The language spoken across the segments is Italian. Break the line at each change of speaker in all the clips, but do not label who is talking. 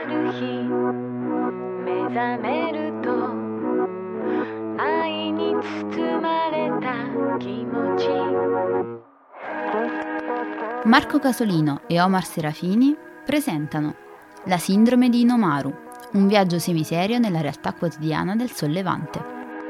る日目覚めると愛に包まれた気持ち。
Marco Casolino e Omar Serafini presentano La sindrome di Inomaru, un viaggio semiserio nella realtà quotidiana del sollevante.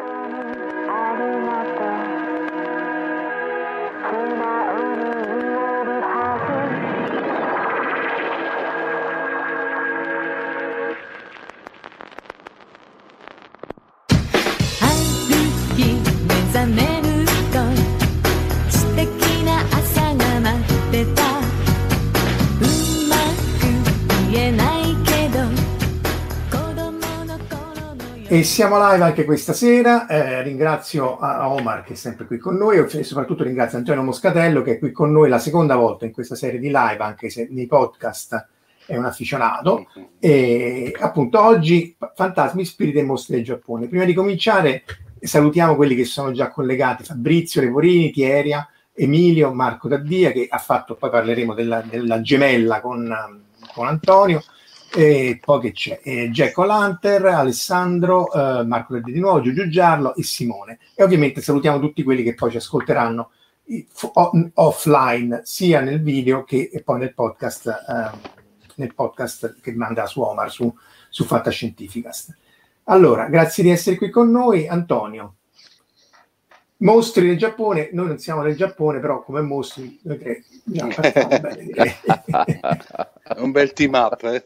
E siamo live anche questa sera. Ringrazio a Omar che è sempre qui con noi e soprattutto ringrazio Antonio Moscatello che è qui con noi la seconda volta in questa serie di live, anche se nei podcast è un afficionato. E appunto oggi Fantasmi, Spiriti e Mostri del Giappone. Prima di cominciare salutiamo quelli che sono già collegati: Fabrizio Leporini, Tieria, Emilio, Marco Daddia, che ha fatto, poi parleremo della gemella con Antonio. E poi che c'è Jack O'Lantern, Alessandro, Marco Verdi di nuovo, Giugiu Giarlo e Simone. E ovviamente salutiamo tutti quelli che poi ci ascolteranno offline, sia nel video che e poi nel podcast che manda su Omar su Fantascientificast. Allora, grazie di essere qui con noi. Antonio, mostri del Giappone, noi non siamo del Giappone, però come mostri noi tre bene, direi.
Un bel team up.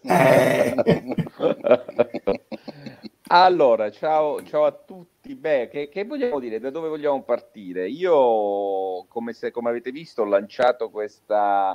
Allora, ciao a tutti. Beh, che vogliamo dire? Da dove vogliamo partire? Io, come avete visto, ho lanciato questo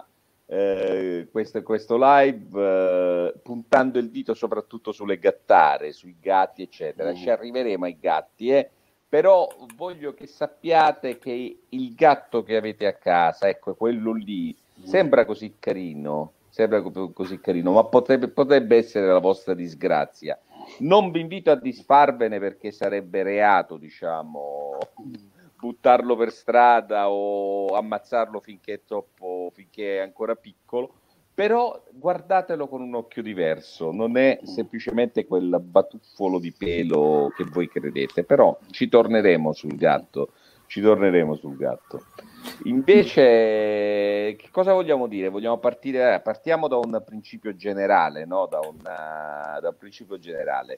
live puntando il dito soprattutto sulle gattare, sui gatti, eccetera. Ci arriveremo ai gatti, però voglio che sappiate che il gatto che avete a casa, ecco, quello lì, sembra così carino, ma potrebbe essere la vostra disgrazia. Non vi invito a disfarvene perché sarebbe reato, diciamo, buttarlo per strada o ammazzarlo finché è ancora piccolo. Però guardatelo con un occhio diverso, non è semplicemente quel batuffolo di pelo che voi credete, però ci torneremo sul gatto. Invece, che cosa vogliamo dire? Partiamo da un principio generale, no? Da un principio generale.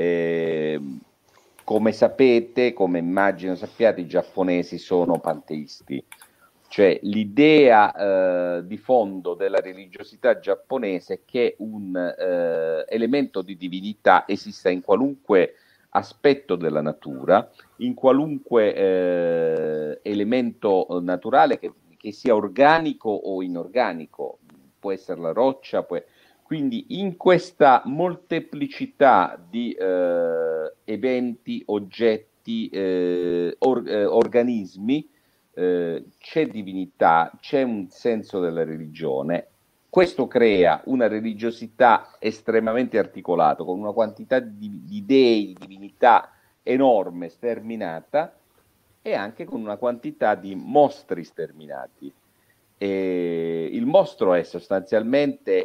Come sapete, come immagino sappiate, i giapponesi sono panteisti. Cioè l'idea di fondo della religiosità giapponese è che un elemento di divinità esista in qualunque aspetto della natura, in qualunque elemento naturale che sia organico o inorganico, può essere la roccia, quindi in questa molteplicità di eventi, oggetti, organismi, c'è divinità, c'è un senso della religione. Questo crea una religiosità estremamente articolata, con una quantità di dei, di divinità enorme, sterminata, e anche con una quantità di mostri sterminati. Il mostro è sostanzialmente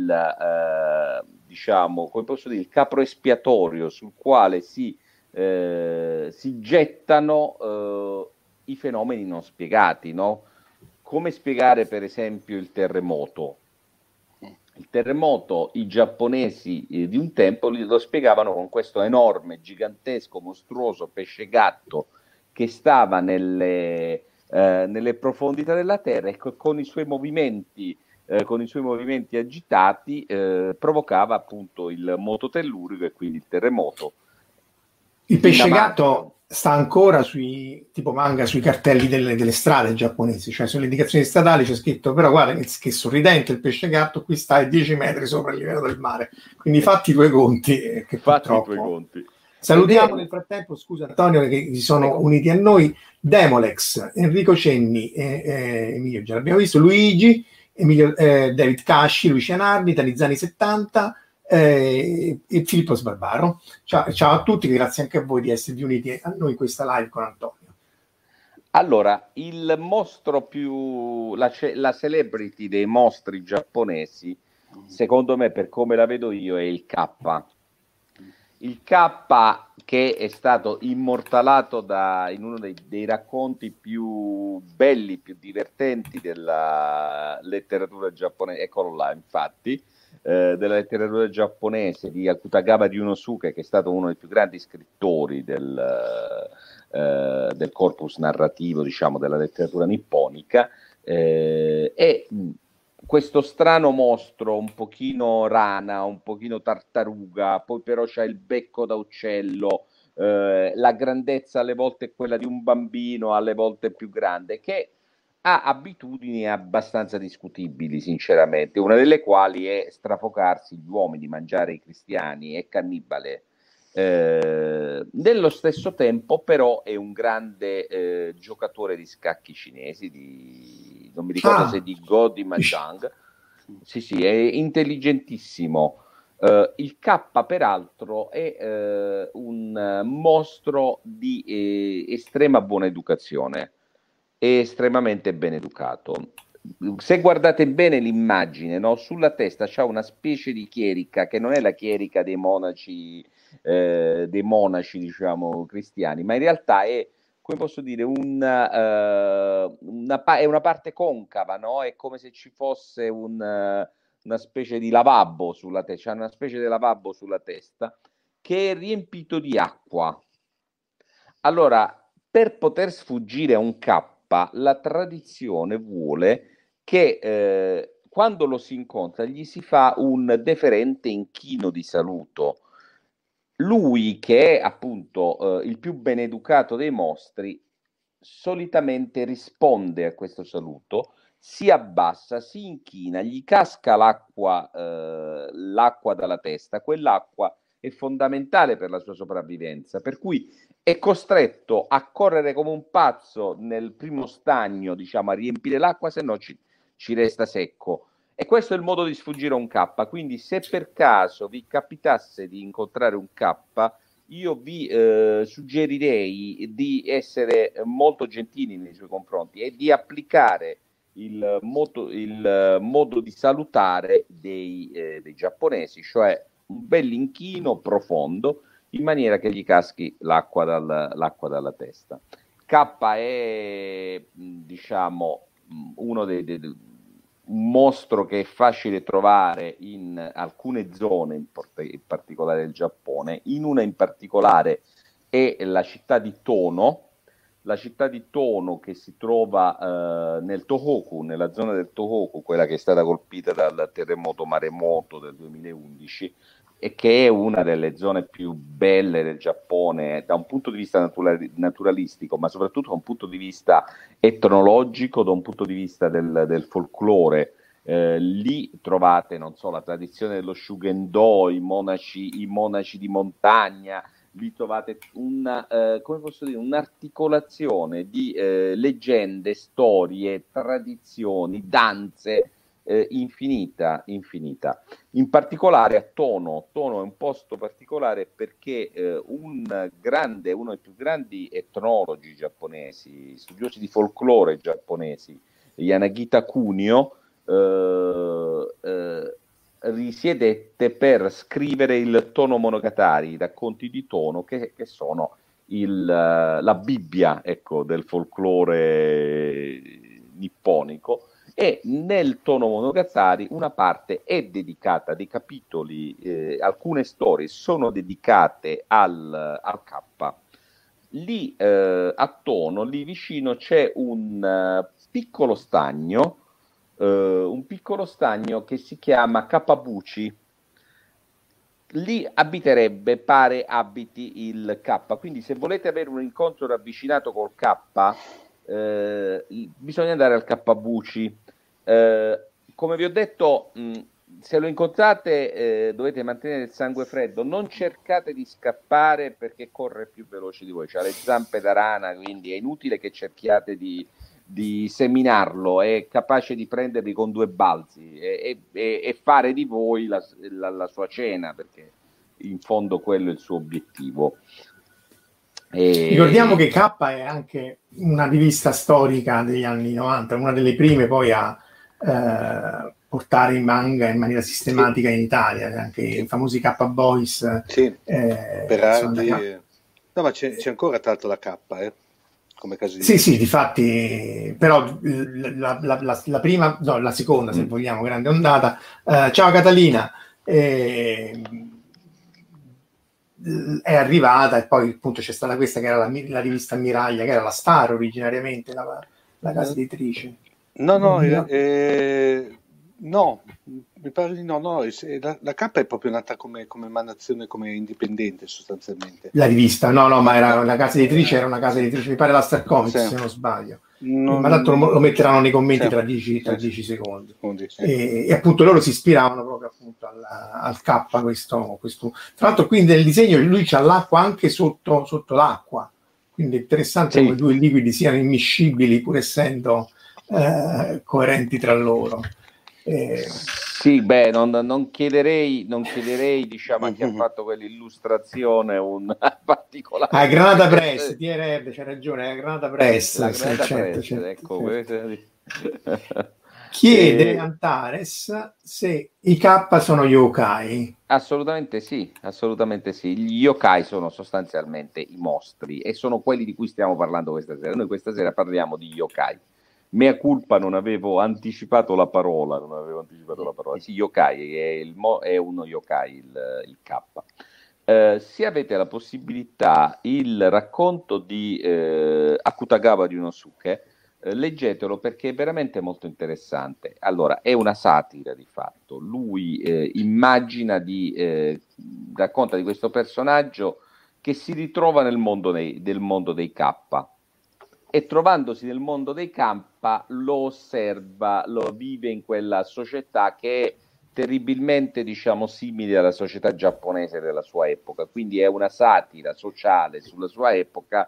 diciamo, come posso dire, il capro espiatorio sul quale si gettano i fenomeni non spiegati, no? Come spiegare per esempio il terremoto? Il terremoto i giapponesi di un tempo lo spiegavano con questo enorme, gigantesco, mostruoso pesce gatto che stava nelle profondità della terra e con i suoi movimenti agitati provocava appunto il moto tellurico e quindi il terremoto.
Il pesce gatto sta ancora sui cartelli delle strade giapponesi, cioè sulle indicazioni statali c'è scritto, però guarda che sorridente il pesce gatto, qui sta a 10 metri sopra il livello del mare, quindi fatti i tuoi conti. Salutiamo nel frattempo, scusa Antonio, che si sono uniti a noi, Demolex, Enrico Cenni, Emilio già l'abbiamo visto, Luigi, David Casci, Lucia Nardi, Tanizzani 70, e Filippo Sbarbaro. Ciao a tutti, grazie anche a voi di esservi uniti a noi in questa live con Antonio.
Allora, il mostro la celebrity dei mostri giapponesi secondo me, per come la vedo io, è il K. Il K che è stato immortalato in uno dei racconti più belli, più divertenti della letteratura giapponese, eccolo là infatti, della letteratura giapponese, di Akutagawa Ryunosuke, che è stato uno dei più grandi scrittori del corpus narrativo, diciamo, della letteratura nipponica, e questo strano mostro un pochino rana, un pochino tartaruga, poi però c'ha il becco da uccello, la grandezza alle volte è quella di un bambino, alle volte è più grande, che ha abitudini abbastanza discutibili, sinceramente, una delle quali è strafocarsi gli uomini, mangiare i cristiani, è cannibale. Nello stesso tempo però è un grande giocatore di scacchi cinesi, non mi ricordo se di Go di Mahjong. Sì, è intelligentissimo. Il K peraltro è un mostro di estrema buona educazione, è estremamente ben educato. Se guardate bene l'immagine, no? Sulla testa c'ha una specie di chierica che non è la chierica dei monaci, diciamo, cristiani, ma in realtà è, come posso dire, è una parte concava, no? È come se ci fosse una specie di lavabo sulla testa, c'è una specie di lavabo sulla testa che è riempito di acqua. Allora, per poter sfuggire a un K, la tradizione vuole che quando lo si incontra gli si fa un deferente inchino di saluto. Lui, che è appunto il più beneducato dei mostri, solitamente risponde a questo saluto, si abbassa, si inchina, gli casca l'acqua dalla testa. Quell'acqua è fondamentale per la sua sopravvivenza, per cui è costretto a correre come un pazzo nel primo stagno, diciamo, a riempire l'acqua, se no ci resta secco. E questo è il modo di sfuggire a un K. Quindi se per caso vi capitasse di incontrare un K, io vi suggerirei di essere molto gentili nei suoi confronti e di applicare il modo di salutare dei giapponesi, cioè un bell'inchino profondo, in maniera che gli caschi l'acqua dalla testa. K è, diciamo, uno un mostro che è facile trovare in alcune zone, in particolare del Giappone. In una in particolare è la città di Tono. La città di Tono, che si trova nel Tohoku, nella zona del Tohoku, quella che è stata colpita dal terremoto maremoto del 2011, e che è una delle zone più belle del Giappone da un punto di vista naturalistico, ma soprattutto da un punto di vista etnologico, da un punto di vista del folklore. Lì trovate, non so, la tradizione dello Shugendo, i monaci di montagna. Lì trovate come posso dire, un'articolazione di leggende, storie, tradizioni, danze, infinita. In particolare a Tono è un posto particolare perché uno dei più grandi etnologi giapponesi, studiosi di folklore giapponesi, Yanagita Kunio, risiedette per scrivere il Tono Monogatari, i racconti di Tono, che sono la Bibbia, ecco, del folklore nipponico. E nel Tono Monogatari una parte è dedicata, dei capitoli, alcune storie sono dedicate al K. Lì a Tono, lì vicino, c'è un piccolo stagno che si chiama Kapabuchi. Lì abiti il K, quindi se volete avere un incontro ravvicinato col K, bisogna andare al Kapabuchi. Come vi ho detto, se lo incontrate dovete mantenere il sangue freddo, non cercate di scappare perché corre più veloce di voi, c'ha le zampe da rana, quindi è inutile che cerchiate di seminarlo, è capace di prendervi con due balzi e fare di voi la sua cena, perché in fondo quello è il suo obiettivo.
Ricordiamo che K è anche una rivista storica degli anni 90, una delle prime poi a portare i manga in maniera sistematica in Italia, anche i famosi K-Boys.
Berardi. No, ma c'è ancora tra l'altro la K, come caso di...
Sì, difatti, però la prima, no, la seconda, se vogliamo, grande ondata. Ciao Catalina, è arrivata, e poi appunto c'è stata questa che era la rivista Ammiraglia, che era la Star originariamente, la casa editrice.
No, mi pare di no, la K è proprio nata come emanazione, come indipendente sostanzialmente.
La rivista, no, ma era la casa editrice, era una casa editrice, mi pare la Star Comics, se non sbaglio. Ma tanto lo metteranno nei commenti tra 10 secondi. E appunto loro si ispiravano proprio appunto al K, questo. Tra l'altro qui nel disegno lui c'ha l'acqua anche sotto l'acqua, quindi è interessante come i due liquidi siano immiscibili pur essendo coerenti tra loro.
Sì, beh, non chiederei diciamo, a chi ha fatto quell'illustrazione un particolare...
Granata Press, TRR, c'è ragione, Granata Press.
La Granata
certo,
Press, ecco.
Chiede Antares se i K sono yokai.
Assolutamente sì. Gli yokai sono sostanzialmente i mostri e sono quelli di cui stiamo parlando questa sera. Noi questa sera parliamo di yokai. Mea culpa, non avevo anticipato la parola. Sì, yokai, è uno yokai il K. Se avete la possibilità, il racconto di Akutagawa Ryunosuke, leggetelo perché è veramente molto interessante. Allora, è una satira di fatto. Lui racconta di questo personaggio che si ritrova nel mondo dei K. E trovandosi nel mondo dei K lo osserva, lo vive in quella società che è terribilmente, diciamo, simile alla società giapponese della sua epoca. Quindi è una satira sociale sulla sua epoca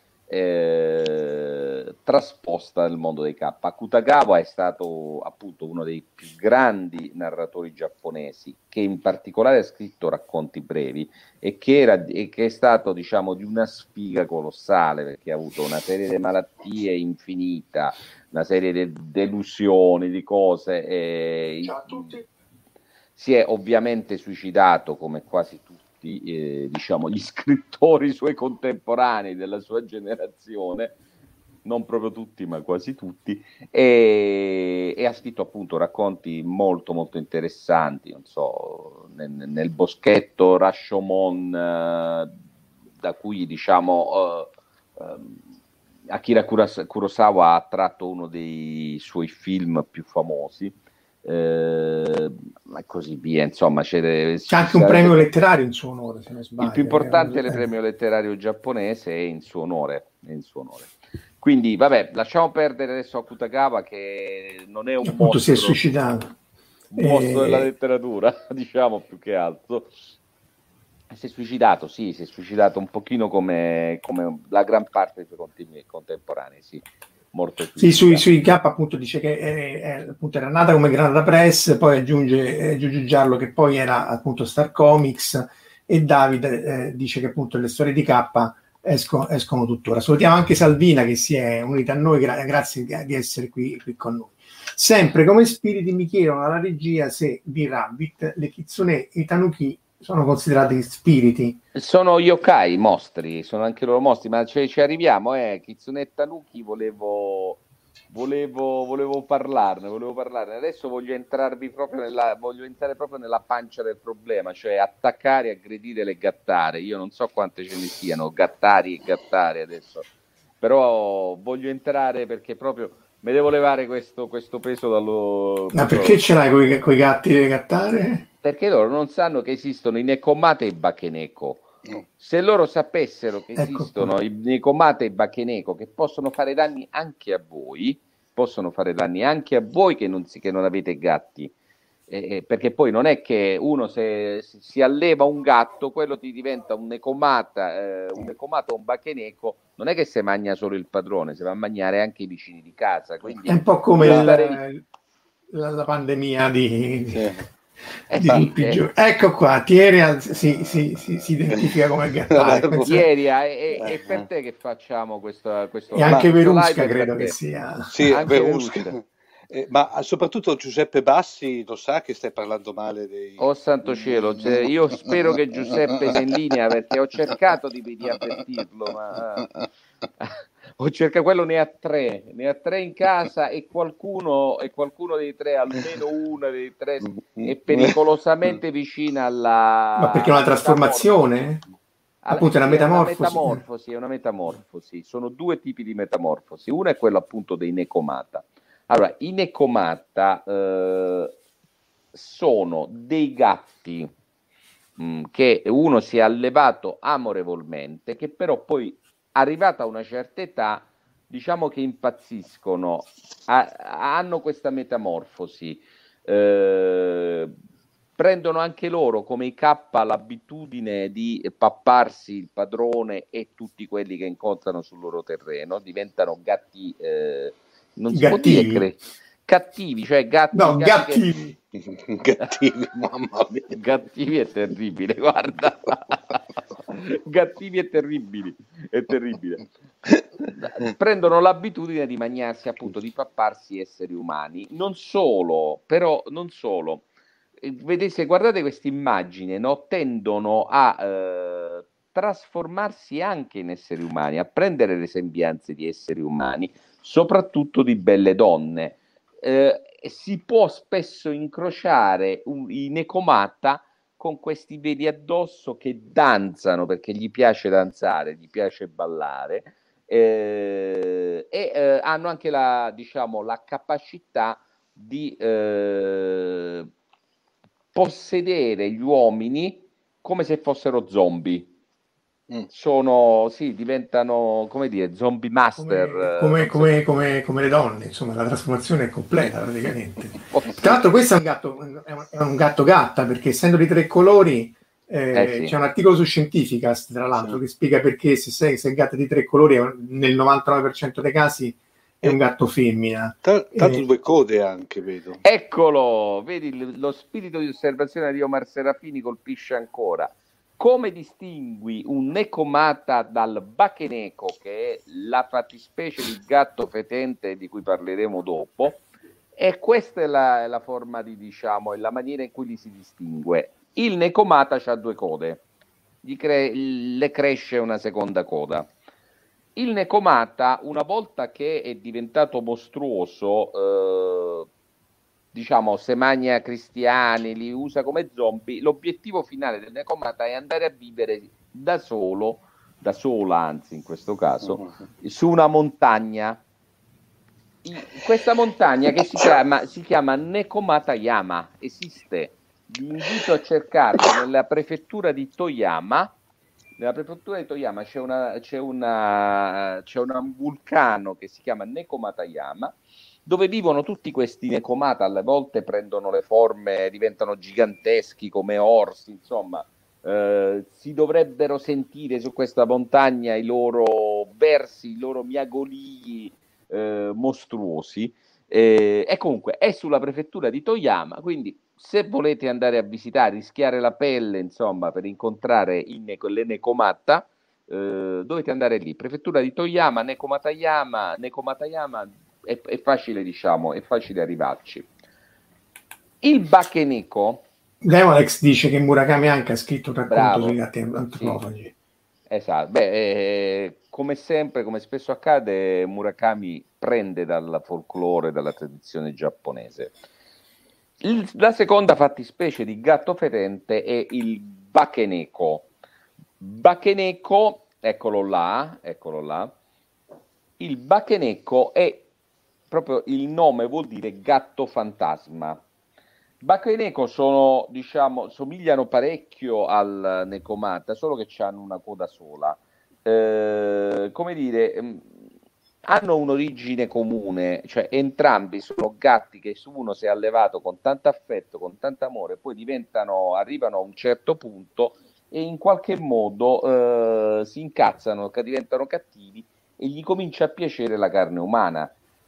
trasposta nel mondo dei K. Akutagawa è stato appunto uno dei più grandi narratori giapponesi, che in particolare ha scritto racconti brevi e che è stato, diciamo, di una sfiga colossale, perché ha avuto una serie di malattie infinita, una serie di delusioni, di cose.
Ciao a tutti.
Si è ovviamente suicidato come quasi tutti diciamo gli scrittori suoi contemporanei della sua generazione, non proprio tutti ma quasi tutti, e ha scritto appunto racconti molto molto interessanti, non so, nel boschetto Rashomon, da cui diciamo Akira Kurosawa ha tratto uno dei suoi film più famosi, e così via, insomma c'è
anche un premio letterario in suo onore, se non sbaglio.
Il più importante è il premio letterario giapponese, è in suo onore. Quindi vabbè, lasciamo perdere adesso Akutagawa, che non è un
appunto
mostro,
si è suicidato,
un mostro della letteratura, diciamo, più che altro. Si è suicidato un pochino come la gran parte dei suoi contemporanei, sì.
Sì, sui K appunto dice che appunto era nata come Granata Press, poi aggiunge Giugiu Giallo che poi era appunto Star Comics, e Davide dice che appunto le storie di K escono tuttora. Salutiamo anche Salvina che si è unita a noi, grazie di essere qui con noi. Sempre come spiriti mi chiedono alla regia se di Rabbit le Kitsune e i Tanuki sono considerati spiriti.
Sono yokai, mostri, sono anche loro mostri, ma ci arriviamo, Kitsune e Tanuki volevo parlarne. Adesso voglio entrare proprio nella pancia del problema, cioè attaccare, aggredire le gattare. Io non so quante ce ne siano, gattari e gattare adesso, però voglio entrare perché proprio mi devo levare questo peso dallo...
Ma perché ce l'hai coi gatti e le gattare?
Perché loro non sanno che esistono i nekomate e i bakeneko. Se loro sapessero che esistono i nekomate e i bakeneko, che possono fare danni anche a voi, che non avete gatti, perché poi non è che uno se si alleva un gatto, quello ti diventa un nekomata o un bakeneko, non è che se mangia solo il padrone, se va a mangiare anche i vicini di casa. Quindi
è un po' come la pandemia di ecco qua, Tieria si identifica come gattare.
Tieria, è per te che facciamo questo
e anche Verusca credo che sia.
Sì, Verusca. Ma soprattutto Giuseppe Bassi lo sa che stai parlando male dei...
Oh santo cielo, cioè, io spero che Giuseppe sia in linea, perché ho cercato di avvertirlo, ma ho cercato, quello ne ha tre in casa, e qualcuno dei tre, almeno una dei tre, è pericolosamente vicina
Ma perché è una trasformazione? Appunto, è una metamorfosi.
È una metamorfosi. Sono due tipi di metamorfosi. Una è quella appunto dei Necomata. Allora, i Necomata sono dei gatti che uno si è allevato amorevolmente, che però poi, arrivata a una certa età, diciamo che impazziscono, hanno questa metamorfosi, prendono anche loro come i K l'abitudine di papparsi il padrone e tutti quelli che incontrano sul loro terreno, diventano gatti, non si può dire cattivi, cioè gatti.
No, gattivi.
Cattivi, mamma mia.
Gattivi è terribile, guarda. Gattivi è terribile. Prendono l'abitudine di mangiarsi, appunto, di papparsi esseri umani. Non solo. Vedete, guardate questa immagine, no? Tendono a trasformarsi anche in esseri umani, a prendere le sembianze di esseri umani, soprattutto di belle donne. Si può spesso incrociare i Necomata con questi veli addosso che danzano, perché gli piace danzare, gli piace ballare, hanno anche la capacità di possedere gli uomini come se fossero zombie. Diventano, come dire, zombie master,
come le donne, insomma, la trasformazione è completa praticamente. Tra l'altro questo è un gatto gatta, perché essendo di tre colori,
sì.
C'è un articolo su Scientificast, tra l'altro, che spiega perché se il gatto è di tre colori, nel 99% dei casi è un gatto femmina.
Tanto due code anche, vedo.
Eccolo, vedi, lo spirito di osservazione di Omar Serafini colpisce ancora. Come distingui un Necomata dal Bacheneco, che è la fattispecie di gatto fetente di cui parleremo dopo, e questa è la forma è la maniera in cui li si distingue. Il Necomata ha due code, le cresce una seconda coda. Il Necomata, una volta che è diventato mostruoso, se mangia cristiani, li usa come zombie, l'obiettivo finale del Necomata è andare a vivere da sola in questo caso, su una montagna. Questa montagna che si chiama Necomata Yama, esiste. Vi invito a cercarlo nella prefettura di Toyama. Nella prefettura di Toyama c'è un vulcano che si chiama Necomata Yama, dove vivono tutti questi Necomata. Alle volte prendono le forme, diventano giganteschi come orsi, insomma. Si dovrebbero sentire su questa montagna i loro versi, i loro miagolii mostruosi. E comunque è sulla prefettura di Toyama, quindi se volete andare a visitare, rischiare la pelle, insomma, per incontrare le Necomata, dovete andare lì. Prefettura di Toyama, Necomata Yama, è facile, è facile arrivarci. Il Bakeneko.
Demolex dice che Murakami anche ha scritto un racconto sui gatti antropofagi.
Sì. Esatto, come sempre, come spesso accade, Murakami prende dal folklore, dalla tradizione giapponese. La seconda fattispecie di gatto fetente è il Bakeneko. Bakeneko, eccolo là. Il Bakeneko è proprio il nome, vuol dire gatto fantasma. Bakeneko somigliano parecchio al Necomata, solo che hanno una coda sola. Hanno un'origine comune, cioè entrambi sono gatti che uno si è allevato con tanto affetto, con tanto amore, poi arrivano a un certo punto e in qualche modo si incazzano, che diventano cattivi e gli comincia a piacere la carne umana.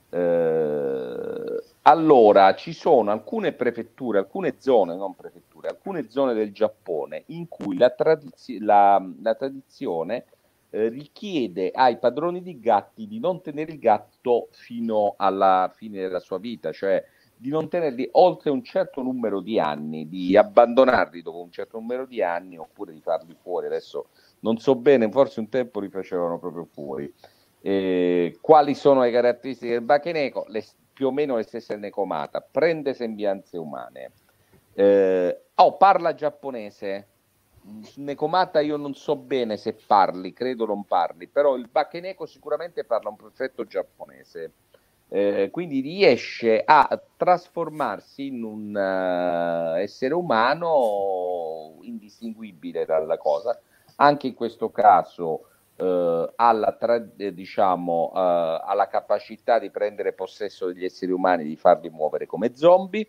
Allora ci sono alcune prefetture, alcune zone del Giappone in cui la tradizione richiede ai padroni di gatti di non tenere il gatto fino alla fine della sua vita, cioè di non tenerli oltre un certo numero di anni, di abbandonarli dopo un certo numero di anni oppure di farli fuori. Adesso non so bene, forse un tempo li facevano proprio fuori. Quali sono le caratteristiche del bacheneco? Più o meno le stesse del necomata, prende sembianze umane, parla giapponese. Necomata io non so bene se parli, credo non parli, però il bacheneco sicuramente parla un perfetto giapponese, quindi riesce a trasformarsi in un essere umano indistinguibile dalla cosa. Anche in questo caso alla capacità di prendere possesso degli esseri umani, di farli muovere come zombie.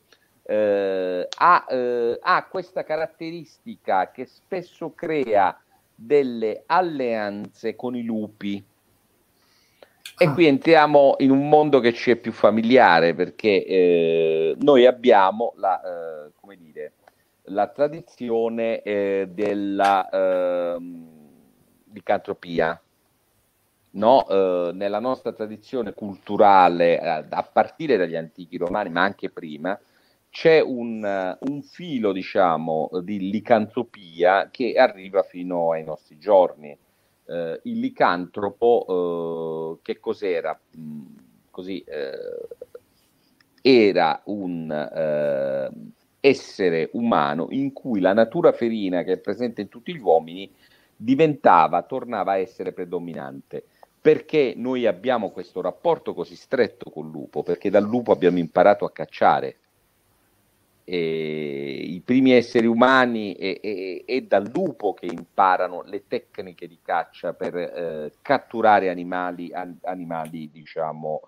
Ha questa caratteristica che spesso crea delle alleanze con i lupi. E qui entriamo in un mondo che ci è più familiare, perché noi abbiamo la tradizione della licantropia. No? Nella nostra tradizione culturale, a partire dagli antichi romani, ma anche prima, c'è un filo, diciamo, di licantropia che arriva fino ai nostri giorni. Il licantropo, che cos'era? Era un essere umano in cui la natura felina che è presente in tutti gli uomini tornava a essere predominante. Perché noi abbiamo questo rapporto così stretto col lupo? Perché dal lupo abbiamo imparato a cacciare. I primi esseri umani è dal lupo che imparano le tecniche di caccia per catturare animali diciamo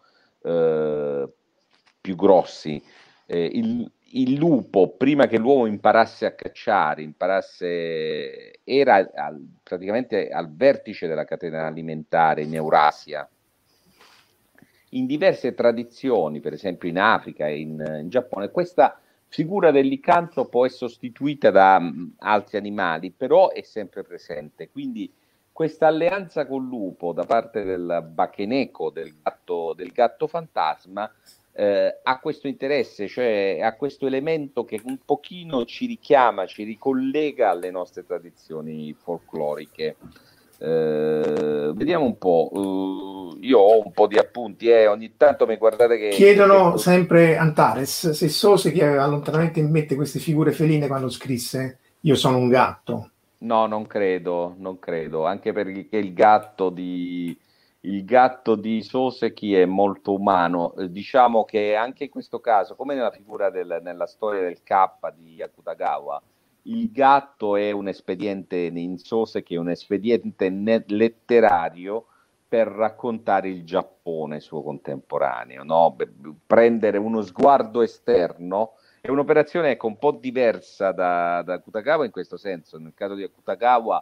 più grossi. Il lupo, prima che l'uomo imparasse a cacciare, era praticamente al vertice della catena alimentare in Eurasia. In diverse tradizioni, per esempio in Africa e in Giappone, questa figura del licantropo è sostituita da altri animali, però è sempre presente. Quindi questa alleanza col lupo da parte del bacheneco, del gatto fantasma, ha questo interesse, cioè ha questo elemento che un pochino ci richiama, ci ricollega alle nostre tradizioni folcloriche. Vediamo un po', io ho un po' di appunti, ogni tanto mi guardate che
chiedono sempre Antares se Sose che aveva lontanamente in mente queste figure feline quando scrisse Io sono un gatto.
No, non credo, anche perché il gatto di Soseki è molto umano. Diciamo che anche in questo caso, come nella figura nella storia del K di Akutagawa, il gatto è un espediente in Soseki, è un espediente letterario per raccontare il Giappone suo contemporaneo, no? Prendere uno sguardo esterno. È un'operazione un po' diversa da Akutagawa in questo senso. Nel caso di Akutagawa,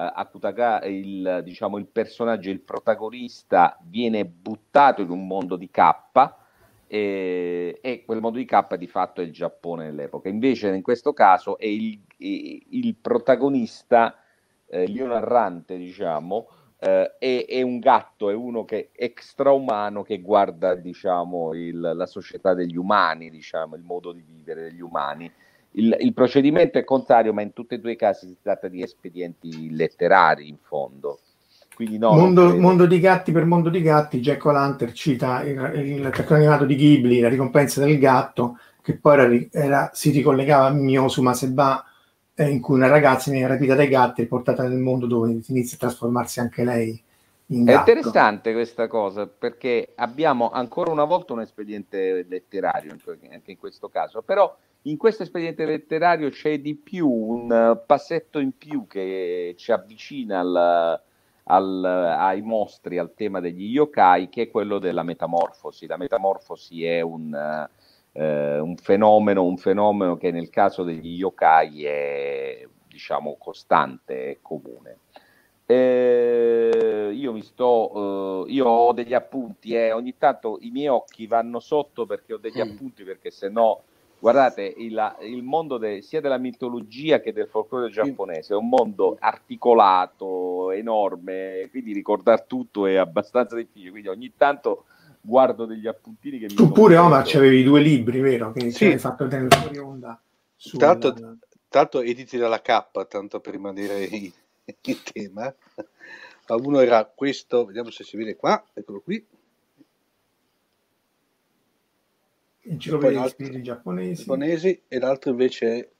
il personaggio, il protagonista, viene buttato in un mondo di K e quel mondo di K di fatto è il Giappone nell'epoca. Invece in questo caso è il protagonista, l'io narrante, diciamo, è un gatto, è uno che è extraumano che guarda, diciamo, la società degli umani, diciamo, il modo di vivere degli umani. Il procedimento è contrario, ma in tutti e due i casi si tratta di espedienti letterari, in fondo. Quindi no,
mondo di gatti per mondo di gatti, Jack O'Lantern cita il cartone animato di Ghibli, La ricompensa del gatto, che poi si ricollegava a Mio Sumaseba, in cui una ragazza viene rapita dai gatti e portata nel mondo dove inizia a trasformarsi anche lei in gatto.
È interessante questa cosa, perché abbiamo ancora una volta un espediente letterario anche in questo caso, però in questo espediente letterario c'è di più, un passetto in più che ci avvicina ai mostri, al tema degli yokai, che è quello della metamorfosi. La metamorfosi è un fenomeno che nel caso degli yokai è, diciamo, costante, è comune. Io ho degli appunti, ogni tanto i miei occhi vanno sotto perché ho degli appunti, perché sennò, guardate, il mondo sia della mitologia che del folklore giapponese è un mondo articolato, libro enorme, quindi ricordare tutto è abbastanza difficile, quindi ogni tanto guardo degli appuntini che mi
Tu
sono
pure,
preso.
Omar, c'avevi 2 libri, vero? Che
Sì.
avevi fatto tenere fuori onda.
Tanto editi dalla K, tanto per rimanere in tema. Ma uno era questo, vediamo se si vede qua, eccolo qui.
Enciclopedia degli spiriti giapponesi.
E l'altro invece è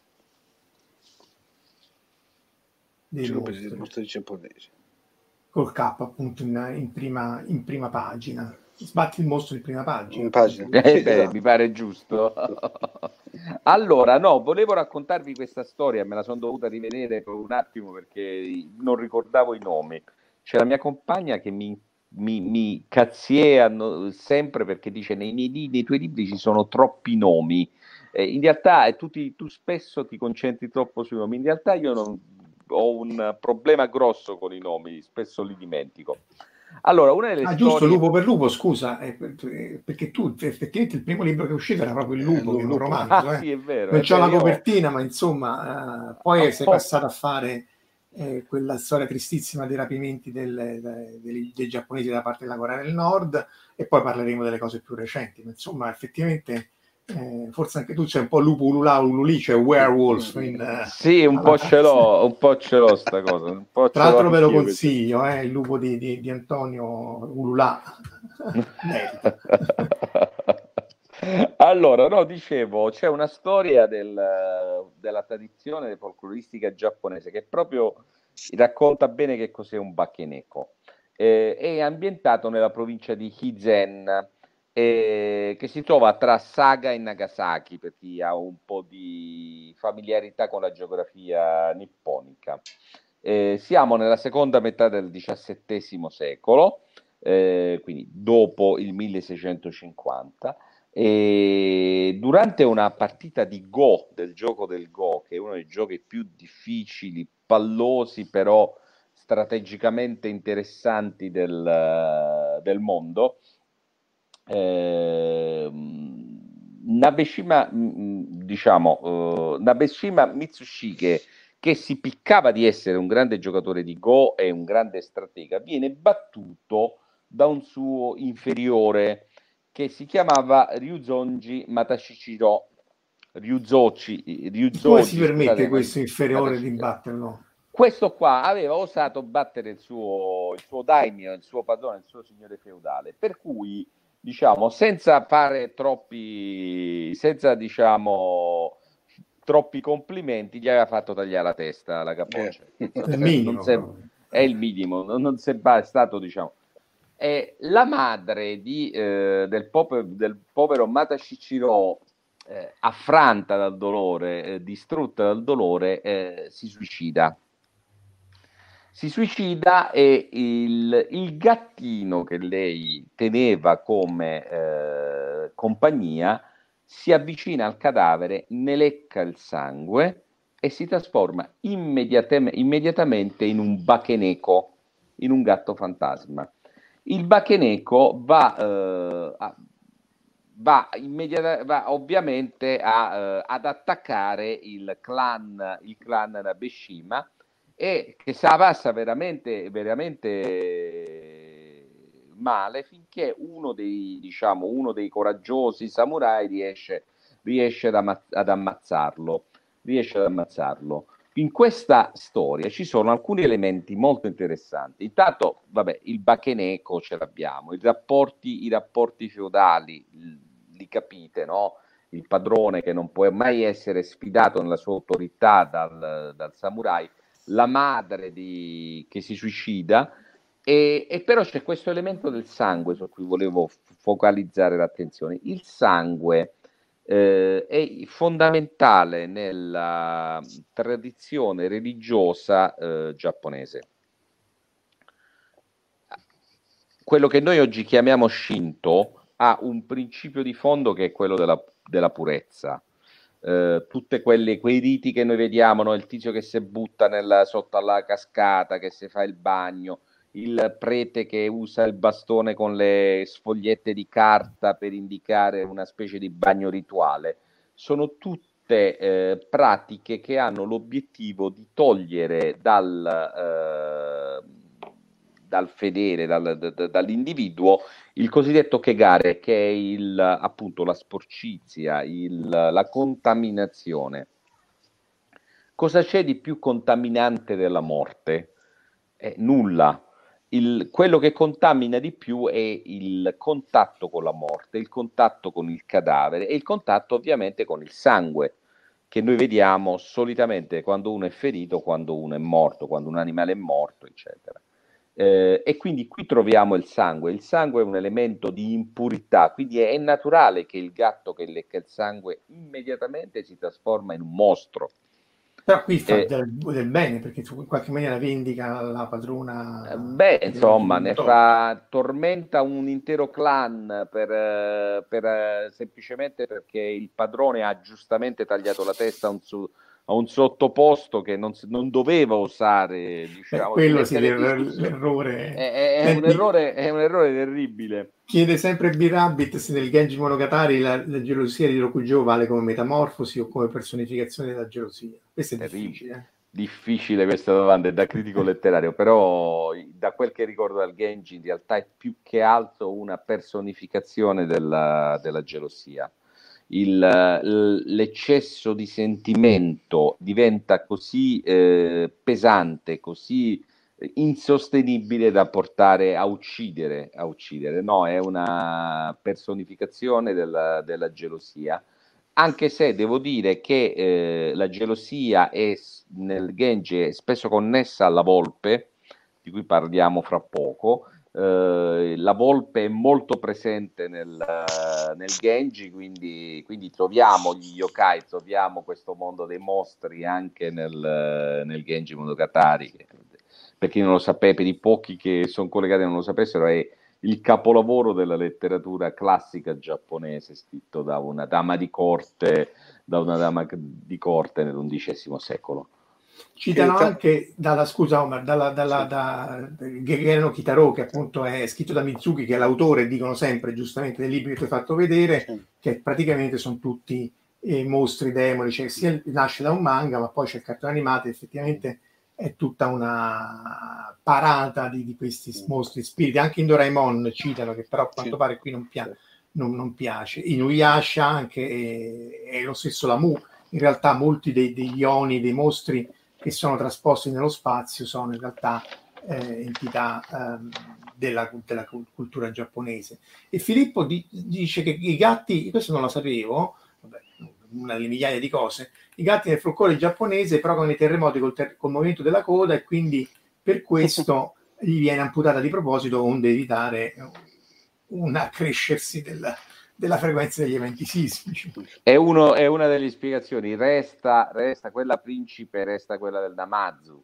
dei
Enciclopedia dei
mostri,
mostri giapponesi.
col K appunto in prima pagina. Sbatti il mostro in prima pagina.
In pagina.
Sì,
Esatto.
Mi pare giusto. Allora, no, volevo raccontarvi questa storia, me la sono dovuta rivedere per un attimo perché non ricordavo i nomi. C'è la mia compagna che mi cazziea sempre perché dice nei tuoi libri ci sono troppi nomi. In realtà tu spesso ti concentri troppo sui nomi. In realtà io ho un problema grosso con i nomi, spesso li dimentico. Allora, una delle storie...
giusto, Lupo per Lupo, scusa, perché tu effettivamente il primo libro che è uscito era proprio il Lupo, che è un romanzo.
Sì, è vero.
Non c'ho la copertina, ma insomma, poi sei passato a fare quella storia tristissima dei rapimenti dei giapponesi da parte della Corea del Nord, e poi parleremo delle cose più recenti. Ma insomma, effettivamente, forse anche tu c'è un po' Lupo Ulula Ululi, cioè Werewolf.
Sì, un po' ce l'ho sta cosa. Un po'
Tra l'altro ve lo consiglio, il lupo di Antonio Ulula.
Allora, no, dicevo, c'è una storia della tradizione folcloristica giapponese che proprio racconta bene che cos'è un bakeneko. È ambientato nella provincia di Hizen, che si trova tra Saga e Nagasaki, per chi ha un po' di familiarità con la geografia nipponica. Siamo nella seconda metà del XVII secolo, quindi dopo il 1650. E durante una partita di Go, del gioco del Go, che è uno dei giochi più difficili, pallosi, però strategicamente interessanti del mondo, Nabeshima Mitsushige, che si piccava di essere un grande giocatore di Go e un grande stratega, viene battuto da un suo inferiore che si chiamava Ryuzonji Matashichiro.
Come si permette questo inferiore di batterlo?
Questo qua aveva osato battere il suo daimyo, il suo padrone, il suo signore feudale, per cui, diciamo, senza troppi complimenti, gli aveva fatto tagliare la testa, la capoccia. È il minimo, non sembra stato, diciamo. La madre del povero Matashichiro, affranta dal dolore, distrutta dal dolore, si suicida. E il gattino che lei teneva come compagnia si avvicina al cadavere, ne lecca il sangue e si trasforma immediatamente in un bakeneko, in un gatto fantasma. Il bakeneko va ovviamente ad attaccare il clan Nabeshima, e che si passa veramente male finché uno dei coraggiosi samurai riesce ad ammazzarlo. In questa storia ci sono alcuni elementi molto interessanti. Intanto, il bakeneko ce l'abbiamo, i rapporti feudali, li capite, no? Il padrone che non può mai essere sfidato nella sua autorità dal samurai, la madre che si suicida, e però c'è questo elemento del sangue su cui volevo focalizzare l'attenzione. Il sangue è fondamentale nella tradizione religiosa giapponese. Quello che noi oggi chiamiamo Shinto ha un principio di fondo che è quello della purezza. Tutti quei riti che noi vediamo, no? Il tizio che si butta sotto alla cascata, che si fa il bagno, il prete che usa il bastone con le sfogliette di carta per indicare una specie di bagno rituale, sono tutte pratiche che hanno l'obiettivo di togliere dal fedele, dall'individuo, il cosiddetto kegare, che è appunto la sporcizia, la contaminazione. Cosa c'è di più contaminante della morte? Nulla. Quello che contamina di più è il contatto con la morte, il contatto con il cadavere e il contatto ovviamente con il sangue, che noi vediamo solitamente quando uno è ferito, quando uno è morto, quando un animale è morto, eccetera. E quindi qui troviamo il sangue. Il sangue è un elemento di impurità, quindi è naturale che il gatto che lecca il sangue immediatamente si trasforma in un mostro.
Però qui fa del bene, perché in qualche maniera vendica la padrona.
Insomma, tormenta un intero clan semplicemente perché il padrone ha giustamente tagliato la testa a un sottoposto che non doveva osare, diciamo.
Quello sì, l'errore.
È un errore terribile.
Chiede sempre B-Rabbit se nel Genji Monogatari la gelosia di Rokujo vale come metamorfosi o come personificazione della gelosia. Questo è difficile.
Difficile questa domanda, è da critico letterario, però da quel che ricordo dal Genji in realtà è più che altro una personificazione della gelosia. L'eccesso di sentimento diventa così pesante, così insostenibile da portare a uccidere. No, è una personificazione della gelosia, anche se devo dire che la gelosia nel Genji è spesso connessa alla volpe, di cui parliamo fra poco. La volpe è molto presente nel Genji, quindi troviamo gli yokai, troviamo questo mondo dei mostri anche nel Genji Monogatari, che, per chi non lo sapesse, per i pochi che sono collegati e non lo sapessero, è il capolavoro della letteratura classica giapponese, scritto da una dama di corte nell'undicesimo secolo.
Citano anche da Gegeno no Kitaro, che appunto è scritto da Mizuki, che è l'autore, dicono sempre giustamente, del libro che ti ho fatto vedere, che praticamente sono tutti mostri demoni, cioè nasce da un manga, ma poi c'è il cartone animato, effettivamente è tutta una parata di questi mostri spiriti. Anche in Doraemon citano, che però a quanto pare qui non piace. Inuyasha anche è lo stesso la Mu. In realtà molti degli oni, dei mostri che sono trasposti nello spazio sono in realtà entità della cultura giapponese. E Filippo dice che i gatti, questo non lo sapevo, vabbè, una delle migliaia di cose, i gatti nel folklore giapponese provocano i terremoti col movimento della coda e quindi per questo gli viene amputata di proposito, onde evitare un accrescersi della frequenza degli eventi sismici.
È una delle spiegazioni. Resta quella principe, resta quella del Namazu.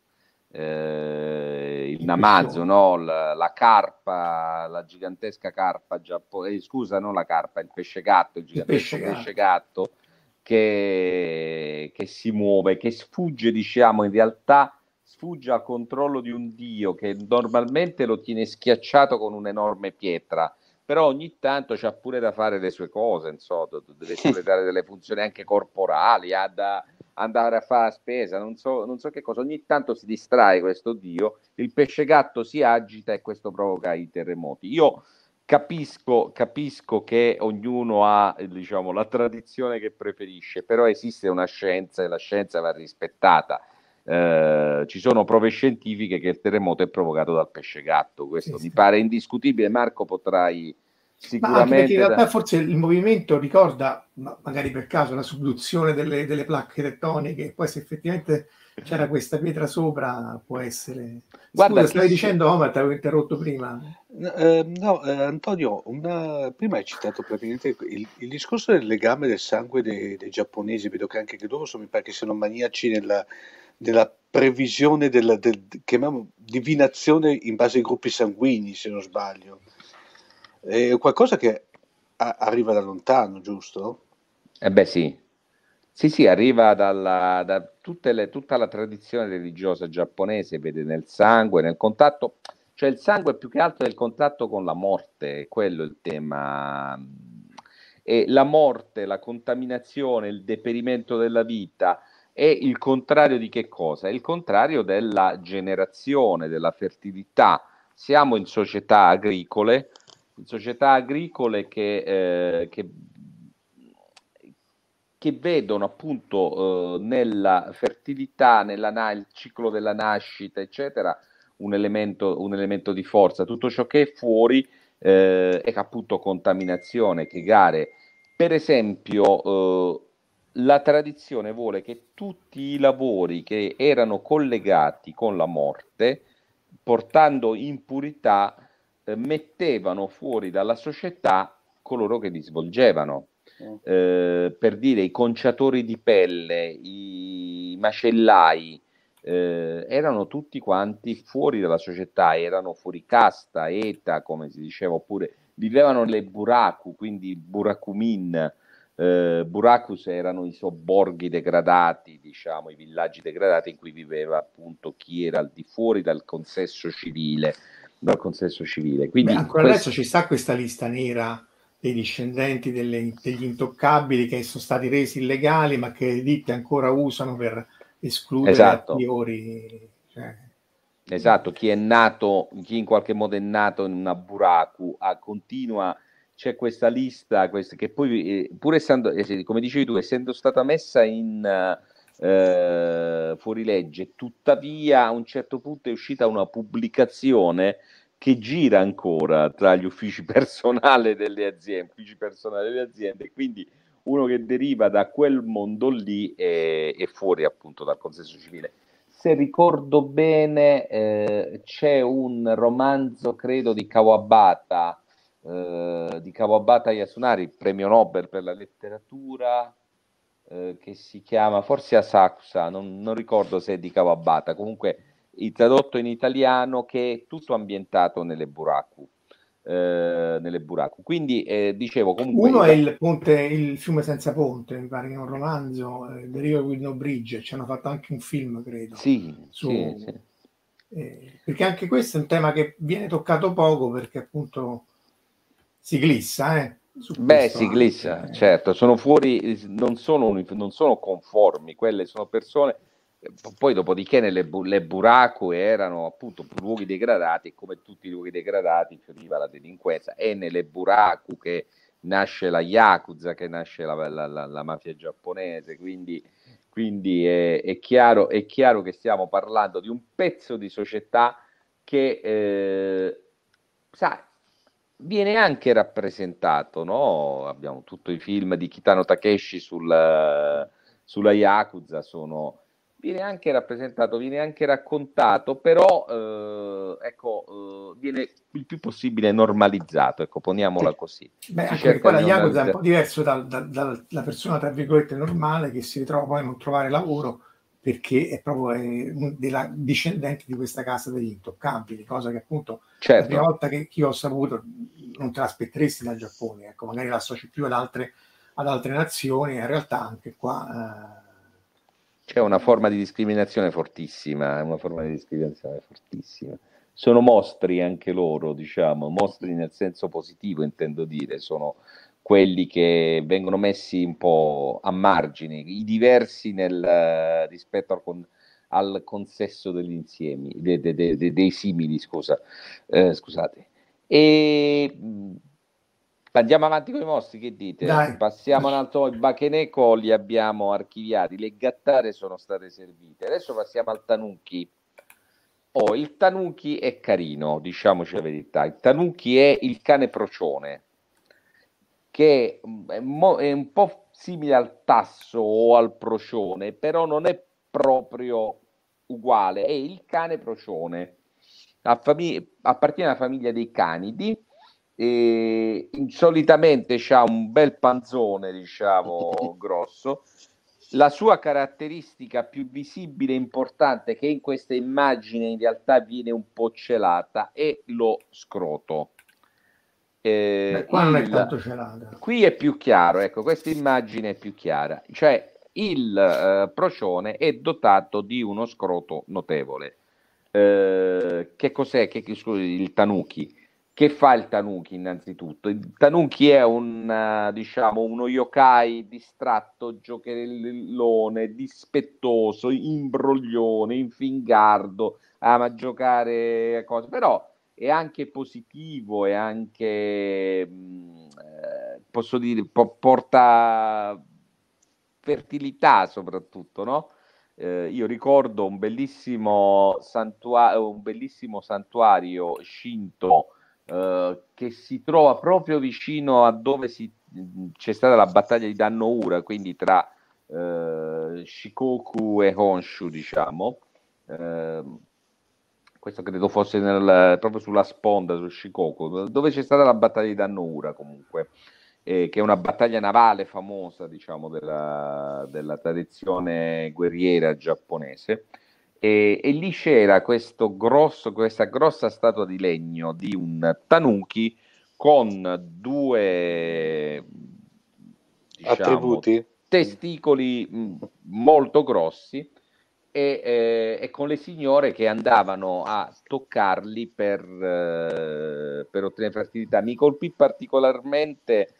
Il Namazu, no? La carpa, la gigantesca carpa giapponese, scusa, non la carpa, il pesce gatto, il gigantesco pesce gatto che si muove, che sfugge, diciamo, in realtà sfugge al controllo di un dio che normalmente lo tiene schiacciato con un'enorme pietra, però ogni tanto c'ha pure da fare le sue cose, insomma, deve espletare delle funzioni anche corporali, ha da andare a fare la spesa, non so che cosa, ogni tanto si distrae questo dio, il pesce gatto si agita e questo provoca i terremoti. Io capisco che ognuno ha, diciamo, la tradizione che preferisce, però esiste una scienza e la scienza va rispettata. Ci sono prove scientifiche che il terremoto è provocato dal pesce gatto, questo mi pare indiscutibile. Marco, potrai sicuramente...
Ma anche in realtà forse il movimento ricorda, magari per caso, la subduzione delle placche tettoniche, e poi se effettivamente c'era questa pietra sopra può essere...
Guarda,
stavi dicendo, Omar, ti avevo interrotto prima.
Antonio, prima hai citato praticamente il discorso del legame del sangue dei giapponesi. Vedo che anche loro mi pare che siano maniaci della previsione chiamiamo divinazione in base ai gruppi sanguigni, se non sbaglio. È qualcosa che arriva da lontano, giusto?
Sì, arriva da tutta la tradizione religiosa giapponese, vede nel sangue, nel contatto, cioè il sangue più che altro è il contatto con la morte, è quello il tema. E la morte, la contaminazione, il deperimento della vita è il contrario di che cosa? È il contrario della generazione, della fertilità. siamo in società agricole che vedono appunto nella fertilità, il ciclo della nascita, eccetera, un elemento di forza. Tutto ciò che è fuori è appunto contaminazione, che gare. Per esempio, la tradizione vuole che tutti i lavori che erano collegati con la morte, portando impurità, mettevano fuori dalla società coloro che li svolgevano. Per dire, i conciatori di pelle, i macellai, erano tutti quanti fuori dalla società, erano fuori casta, eta, come si diceva, oppure vivevano nelle buraku, quindi burakumin. Burakus erano i sobborghi degradati, diciamo, i villaggi degradati in cui viveva appunto chi era al di fuori dal consesso civile. Quindi
ancora adesso ci sta questa lista nera dei discendenti degli intoccabili che sono stati resi illegali, ma che le ditte ancora usano per escludere a priori.
Esatto, chi in qualche modo è nato in una buraku, continua. C'è questa lista, che poi, pur essendo, come dicevi tu, essendo stata messa in fuorilegge, tuttavia a un certo punto è uscita una pubblicazione che gira ancora tra gli uffici personali delle aziende, quindi uno che deriva da quel mondo lì è fuori appunto dal consesso civile. Se ricordo bene, c'è un romanzo, credo, di Kawabata Yasunari, premio Nobel per la letteratura, che si chiama forse Asakusa, non ricordo se è di Kawabata, comunque tradotto in italiano, che è tutto ambientato nelle buraku. Quindi dicevo, comunque
uno è il fiume senza ponte, mi pare che è un romanzo, The River with No Bridge, ci hanno fatto anche un film, credo.
Sì.
Perché anche questo è un tema che viene toccato poco, perché appunto si glissa,
si glissa, certo, sono fuori, non sono conformi, quelle sono persone. Poi dopodiché le buraku erano appunto luoghi degradati, e come tutti i luoghi degradati fioriva la delinquenza. È nelle buraku che nasce la Yakuza, che nasce la mafia giapponese, quindi è chiaro che stiamo parlando di un pezzo di società che viene anche rappresentato, no? Abbiamo tutto i film di Kitano Takeshi sulla Yakuza, viene anche rappresentato, viene anche raccontato, però viene il più possibile normalizzato, poniamola così.
Anche poi la Yakuza è un po' diverso dalla persona, tra virgolette, normale, che si ritrova poi a non trovare lavoro perché è proprio della discendente di questa casa degli intoccabili, cosa che appunto la prima volta che io ho saputo non te l'aspetteresti dal Giappone, ecco, magari l'associ più ad altre nazioni, in realtà anche qua
c'è una forma di discriminazione fortissima, Sono mostri anche loro, diciamo, mostri nel senso positivo, intendo dire, sono quelli che vengono messi un po' a margine, i diversi rispetto al consesso degli insiemi, dei simili, scusate. E andiamo avanti con i mostri, che dite?
Dai.
Passiamo un altro, i Bakeneko li abbiamo archiviati, le gattare sono state servite, adesso passiamo al Tanuki. Il Tanuki è carino, diciamoci la verità, il Tanuki è il cane procione, che è un po' simile al tasso o al procione, però non è proprio uguale, è il cane procione, appartiene alla famiglia dei canidi. E solitamente c'ha un bel panzone, diciamo, grosso. La sua caratteristica più visibile e importante, che in questa immagine in realtà viene un po' celata, è lo scroto.
Qua non è tanto celata.
Qui è più chiaro, ecco, questa immagine è più chiara. Cioè, il procione è dotato di uno scroto notevole. Che cos'è? Il Tanuki? Che fa il Tanuki innanzitutto? Il Tanuki è uno yokai distratto, giocherellone, dispettoso, imbroglione, infingardo, ama giocare a cose, però è anche positivo, è anche, posso dire, porta fertilità soprattutto, no? Io ricordo un bellissimo santuario Shinto che si trova proprio vicino a dove c'è stata la battaglia di Dan-no-ura, quindi tra Shikoku e Honshu, diciamo. Questo credo fosse proprio sulla sponda, su Shikoku, dove c'è stata la battaglia di Dan-no-ura comunque. Che è una battaglia navale famosa, diciamo, della tradizione guerriera giapponese, e lì c'era questa grossa statua di legno di un tanuki con due, diciamo,
attributi,
testicoli molto grossi, e con le signore che andavano a toccarli per ottenere fertilità. Mi colpì particolarmente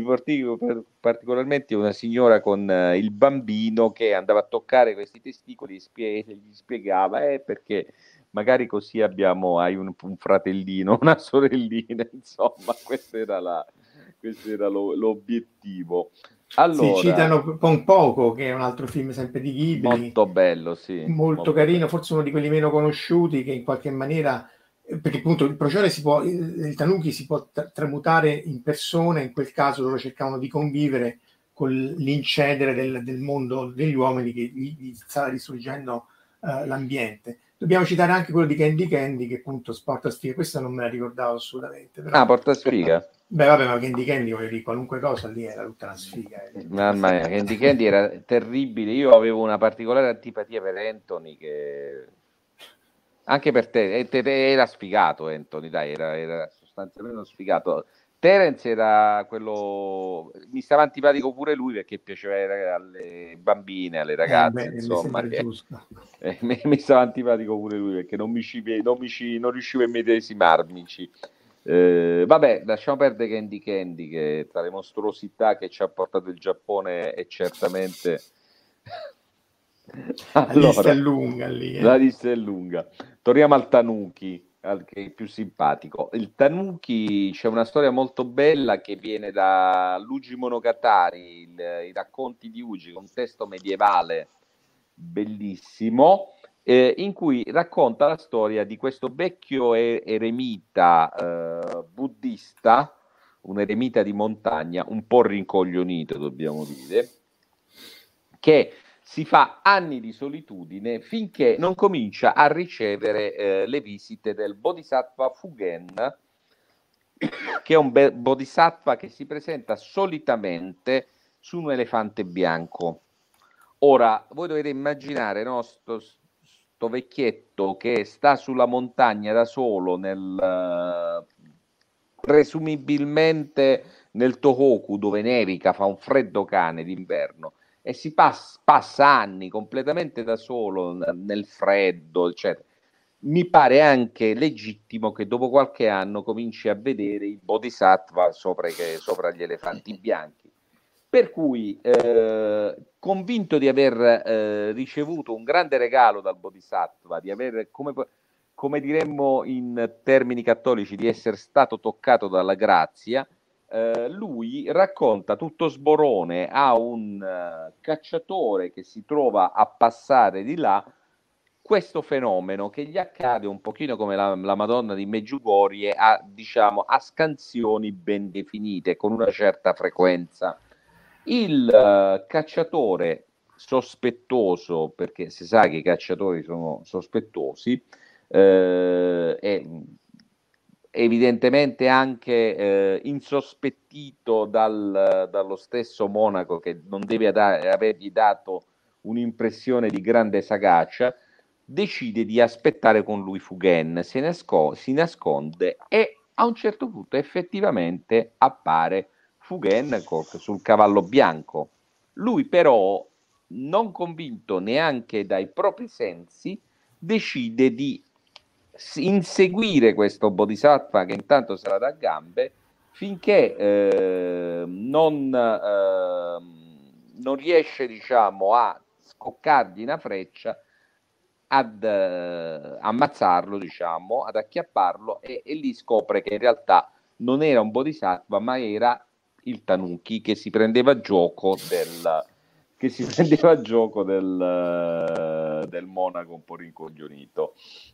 una signora con il bambino che andava a toccare questi testicoli e gli spiegava perché magari così hai un fratellino, una sorellina, insomma, questo era l'obiettivo. Allora,
si citano Pon Poco, che è un altro film sempre di Ghibli,
molto bello, sì,
molto carino, forse uno di quelli meno conosciuti, che in qualche maniera, perché appunto il procione il tanuki si può tramutare in persone, in quel caso loro cercavano di convivere con l'incedere del mondo degli uomini che gli stava distruggendo l'ambiente. Dobbiamo citare anche quello di Candy Candy, che appunto Porta Sfiga, questa non me la ricordavo assolutamente. Però...
Porta Sfiga?
Beh, vabbè, ma Candy Candy, voglio dire, qualunque cosa lì era tutta una sfiga.
Mamma mia, Candy Candy era terribile. Io avevo una particolare antipatia per Anthony, che anche per te era sfigato. Anthony, dai, era sostanzialmente sfigato. Terence era quello, mi stava antipatico pure lui, perché piaceva alle bambine, alle ragazze, insomma, mi stava antipatico pure lui, perché non riuscivo a immedesimarmici. Vabbè, lasciamo perdere Candy Candy, che tra le mostruosità che ci ha portato il Giappone è certamente
la lista è lunga lì.
La lista è lunga. Torniamo al tanuki, che è più simpatico. Il tanuki, c'è una storia molto bella che viene da Luigi Monogatari, i racconti di Uji, un testo medievale bellissimo, in cui racconta la storia di questo vecchio eremita buddista, un eremita di montagna, un po' rincoglionito, dobbiamo dire, che si fa anni di solitudine finché non comincia a ricevere le visite del Bodhisattva Fugen, che è un bodhisattva che si presenta solitamente su un elefante bianco. Ora, voi dovete immaginare, no, sto vecchietto che sta sulla montagna da solo, presumibilmente nel Tohoku, dove nevica, fa un freddo cane d'inverno, e si passa anni completamente da solo nel freddo, eccetera. Mi pare anche legittimo che dopo qualche anno cominci a vedere i bodhisattva sopra gli elefanti bianchi. Per cui, convinto di aver ricevuto un grande regalo dal bodhisattva, di aver, come diremmo in termini cattolici, di essere stato toccato dalla grazia, lui racconta tutto sborone a un cacciatore che si trova a passare di là questo fenomeno che gli accade un pochino come la Madonna di Medjugorje, a scansioni ben definite, con una certa frequenza. Il cacciatore sospettoso, perché si sa che i cacciatori sono sospettosi, e evidentemente anche insospettito dallo stesso monaco, che non deve avergli dato un'impressione di grande sagacia, decide di aspettare con lui Fugen, si nasconde, e a un certo punto effettivamente appare Fugen sul cavallo bianco. Lui però, non convinto neanche dai propri sensi, decide di inseguire questo bodhisattva, che intanto sarà da gambe, finché non riesce, a scoccargli una freccia, ad ammazzarlo, diciamo, ad acchiapparlo, e lì scopre che in realtà non era un bodhisattva, ma era il Tanuki che si prendeva gioco del monaco un po' rincoglionito.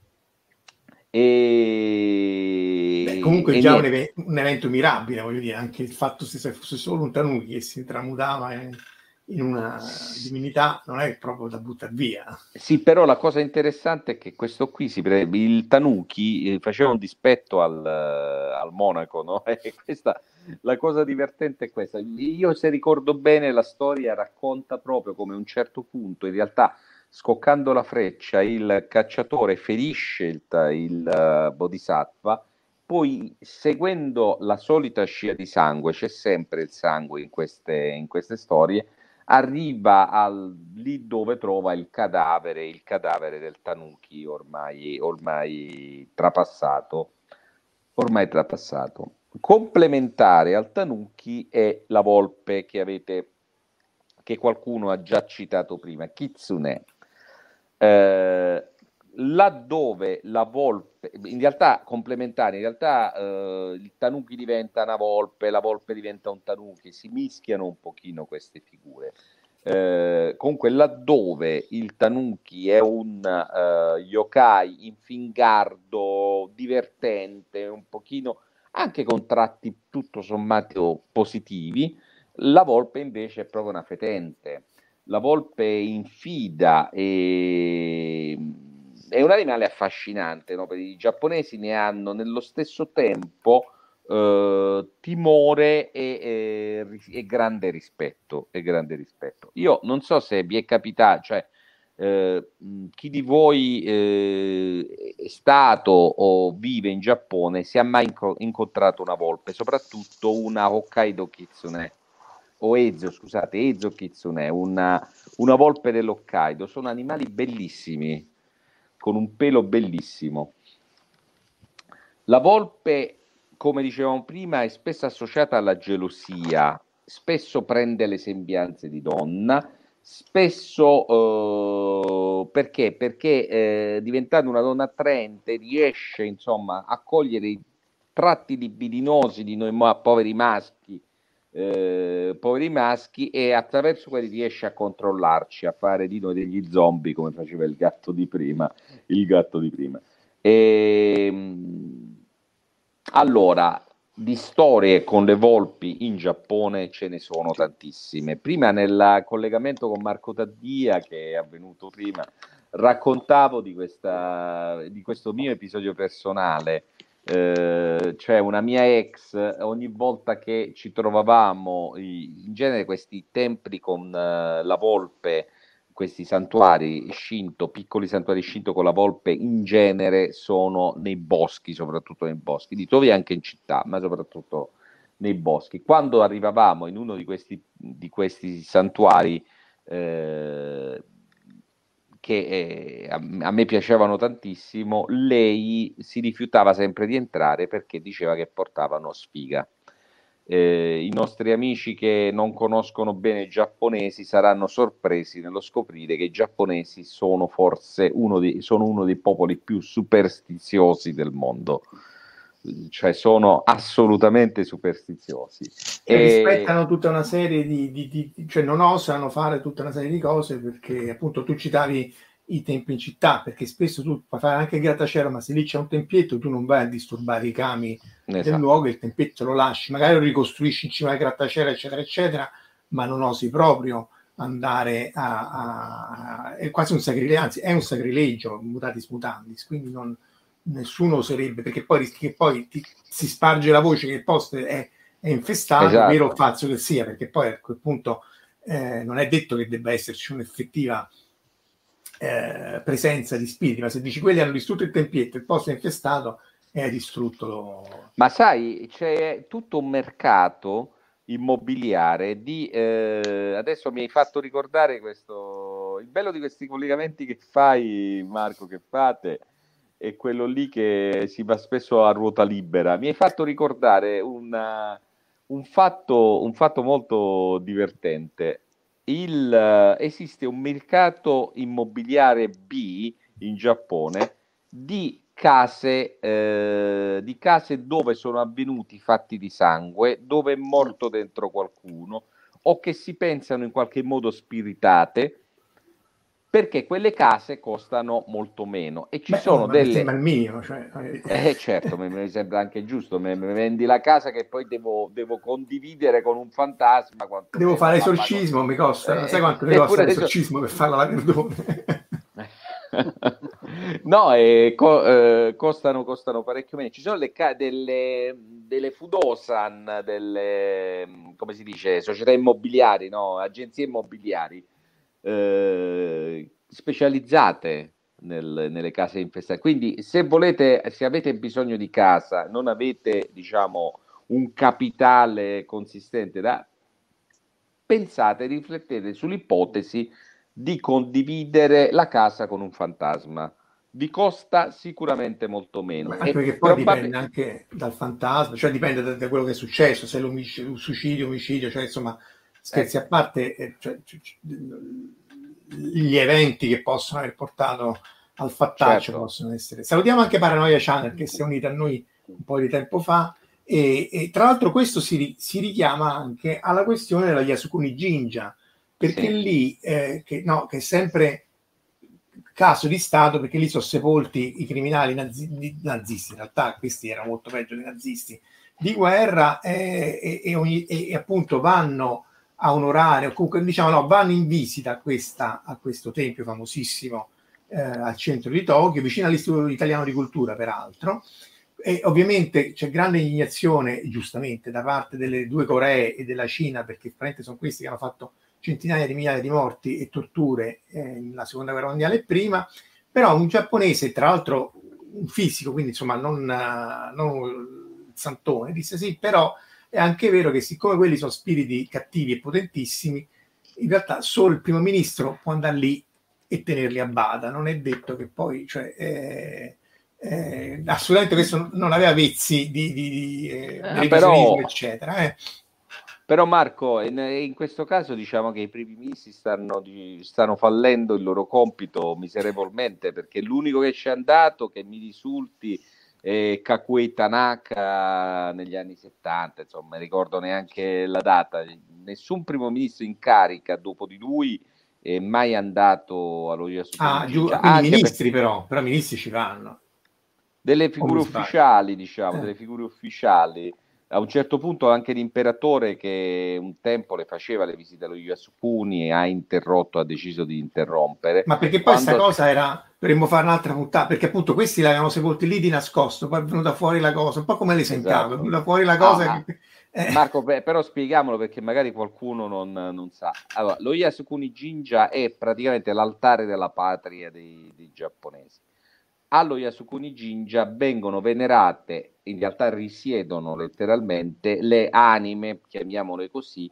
Comunque già un evento mirabile, voglio dire, anche il fatto se fosse solo un Tanuki che si tramutava in una divinità non è proprio da buttare via.
Sì, però la cosa interessante è che questo qui il Tanuki faceva un dispetto al monaco, no? E la cosa divertente è questa. Io, se ricordo bene, la storia racconta proprio come a un certo punto, in realtà, scoccando la freccia, il cacciatore ferisce il bodhisattva, poi, seguendo la solita scia di sangue, c'è sempre il sangue in queste storie, arriva lì dove trova il cadavere del Tanuki ormai trapassato. Complementare al Tanuki è la volpe che qualcuno ha già citato prima, Kitsune. Laddove la volpe, in realtà complementari, il Tanuki diventa una volpe, la volpe diventa un Tanuki, si mischiano un pochino queste figure. Comunque, laddove il Tanuki è un yokai infingardo, divertente, un pochino anche con tratti tutto sommato positivi, la volpe invece è proprio una fetente. La volpe infida è un animale affascinante, no? I giapponesi ne hanno nello stesso tempo timore e grande rispetto. Io non so se vi è capitato, cioè chi di voi è stato o vive in Giappone, si è mai incontrato una volpe, soprattutto una Hokkaido Kitsune o Ezo Kitsune, una volpe dell'Hokkaido. Sono animali bellissimi, con un pelo bellissimo. La volpe, come dicevamo prima, è spesso associata alla gelosia, spesso prende le sembianze di donna, spesso perché diventando una donna attraente riesce, insomma, a cogliere i tratti libidinosi di noi poveri maschi, e attraverso quelli riesce a controllarci, a fare di noi degli zombie, come faceva il gatto di prima. Allora, di storie con le volpi in Giappone ce ne sono tantissime. Prima, nel collegamento con Marco Taddia, che è avvenuto prima, raccontavo di questo mio episodio personale. Cioè, una mia ex, ogni volta che ci trovavamo, in genere questi templi con la volpe, questi santuari Shinto, piccoli santuari Shinto con la volpe, in genere sono nei boschi, soprattutto nei boschi, li trovi anche in città, ma soprattutto nei boschi. Quando arrivavamo in uno di questi santuari, che a me piacevano tantissimo, lei si rifiutava sempre di entrare perché diceva che portavano sfiga. I nostri amici che non conoscono bene i giapponesi saranno sorpresi nello scoprire che i giapponesi sono forse uno dei popoli più superstiziosi del mondo. Cioè, sono assolutamente superstiziosi
e rispettano tutta una serie cioè non osano fare tutta una serie di cose, perché appunto tu citavi i templi in città, perché spesso tu puoi fare anche il grattacielo, ma se lì c'è un tempietto tu non vai a disturbare i kami del luogo, il tempietto lo lasci, magari lo ricostruisci in cima al grattacielo eccetera eccetera, ma non osi proprio andare è quasi un sacrilegio, anzi è un sacrilegio mutatis mutandis, quindi nessuno oserebbe, perché poi rischi che poi si sparge la voce che il posto è infestato,
esatto.
Vero o falso che sia, perché poi a quel punto non è detto che debba esserci un'effettiva presenza di spiriti, ma se dici quelli hanno distrutto il tempietto, il posto è infestato, è distrutto.
Ma sai, c'è tutto un mercato immobiliare adesso mi hai fatto ricordare questo, il bello di questi collegamenti che fai, Marco, che fate, è quello lì che si va spesso a ruota libera. Mi hai fatto ricordare un fatto molto divertente. Esiste un mercato immobiliare B in Giappone di case dove sono avvenuti fatti di sangue, dove è morto dentro qualcuno o che si pensano in qualche modo spiritate, perché quelle case costano molto meno e ci sono
ma mi
delle...
sembra il minimo, cioè...
certo, mi sembra anche giusto, mi vendi la casa che poi devo condividere con un fantasma.
Devo fare l'esorcismo, mi costa, sai quanto mi costa l'esorcismo per farla la Verdone?
No, costano parecchio meno. Ci sono delle Fudosan, come si dice, società immobiliari, no? Agenzie immobiliari specializzate nelle case infestate. Quindi se avete bisogno di casa, non avete, diciamo, un capitale consistente pensate, riflettete sull'ipotesi di condividere la casa con un fantasma. Vi costa sicuramente molto meno.
Anche perché poi dipende anche dal fantasma, cioè dipende da quello che è successo, se è un suicidio, omicidio, cioè insomma, scherzi a parte, gli eventi che possono aver portato al fattaccio possono essere. Salutiamo anche Paranoia Channel che si è unita a noi un po' di tempo fa e tra l'altro questo si richiama anche alla questione della Yasukuni Jinja, perché lì che è sempre caso di Stato, perché lì sono sepolti i criminali nazisti, in realtà questi erano molto peggio dei nazisti di guerra e appunto vanno a onorare, o comunque diciamo vanno in visita a questo tempio famosissimo al centro di Tokyo, vicino all'Istituto Italiano di Cultura peraltro, e ovviamente c'è grande indignazione, giustamente, da parte delle due Coree e della Cina, perché praticamente sono questi che hanno fatto centinaia di migliaia di morti e torture nella seconda guerra mondiale e prima, però un giapponese, tra l'altro un fisico, quindi insomma non il santone, disse sì, però è anche vero che siccome quelli sono spiriti cattivi e potentissimi, in realtà solo il primo ministro può andare lì e tenerli a bada, non è detto che poi, assolutamente questo non aveva vezzi di revisionismo, eccetera.
Però Marco, in questo caso diciamo che i primi ministri stanno fallendo il loro compito miserevolmente, perché l'unico che ci è andato, che mi risulti, è Kakuei Tanaka negli anni 70, insomma, ricordo neanche la data. Nessun primo ministro in carica dopo di lui è mai andato allo Yasukuni Jinja.
Quindi ministri però ministri ci vanno.
Delle figure ufficiali, diciamo, delle figure ufficiali. A un certo punto anche l'imperatore, che un tempo le faceva le visite allo Yasukuni, ha deciso di interrompere.
Ma perché poi questa cosa dovremmo fare un'altra puntata, perché appunto questi l'avevano sepolti lì di nascosto, poi è venuta fuori la cosa, un po' come le Sencave, è venuta fuori la cosa.
Marco, però spieghiamolo perché magari qualcuno non sa. Allora, lo Yasukuni Jinja è praticamente l'altare della patria dei giapponesi. Allo Yasukuni Jinja vengono venerate, in realtà risiedono letteralmente, le anime, chiamiamole così,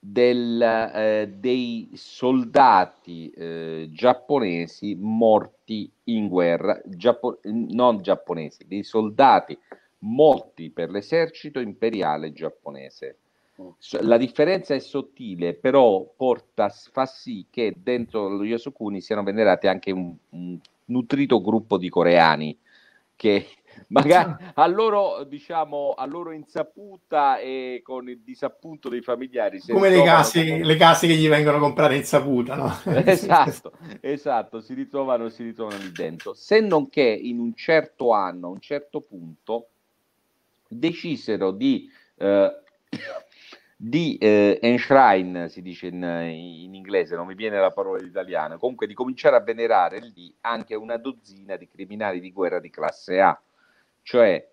dei soldati giapponesi morti in guerra, non giapponesi, dei soldati morti per l'esercito imperiale giapponese. La differenza è sottile, però fa sì che dentro lo Yasukuni siano venerati anche un nutrito gruppo di coreani che magari a loro insaputa e con il disappunto dei familiari
come le case che gli vengono comprate insaputa, no?
esatto, si ritrovano lì dentro, se non che in un certo anno, a un certo punto decisero di enshrine, si dice in inglese, non mi viene la parola in italiano, comunque di cominciare a venerare lì anche una dozzina di criminali di guerra di classe A, cioè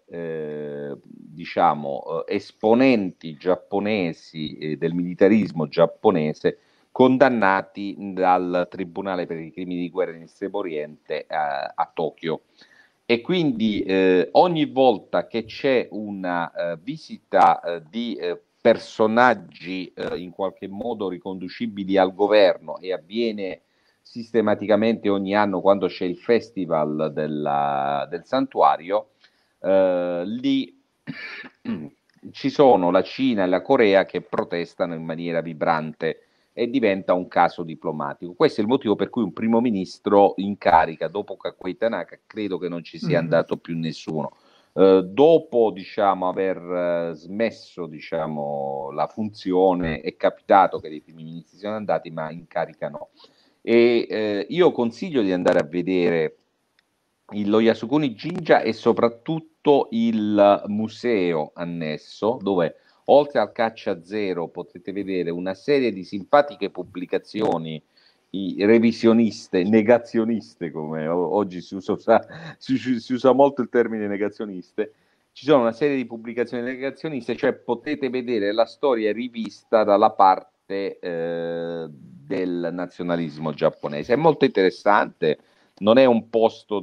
esponenti giapponesi del militarismo giapponese condannati dal Tribunale per i crimini di guerra in Estremo Oriente a Tokyo. E quindi ogni volta che c'è una visita di personaggi in qualche modo riconducibili al governo, e avviene sistematicamente ogni anno quando c'è il festival del santuario, lì ci sono la Cina e la Corea che protestano in maniera vibrante e diventa un caso diplomatico. Questo è il motivo per cui un primo ministro in carica dopo Kakuei Tanaka credo che non ci sia andato più nessuno. Dopo aver smesso la funzione, è capitato che dei primi ministri siano andati, ma in carica no. E io consiglio di andare a vedere lo Yasukuni Jinja e soprattutto il museo annesso, dove oltre al Caccia Zero potete vedere una serie di simpatiche pubblicazioni revisioniste, negazioniste, come oggi si usa molto il termine negazioniste. Ci sono una serie di pubblicazioni negazioniste, cioè potete vedere la storia rivista dalla parte del nazionalismo giapponese. È molto interessante, non è un posto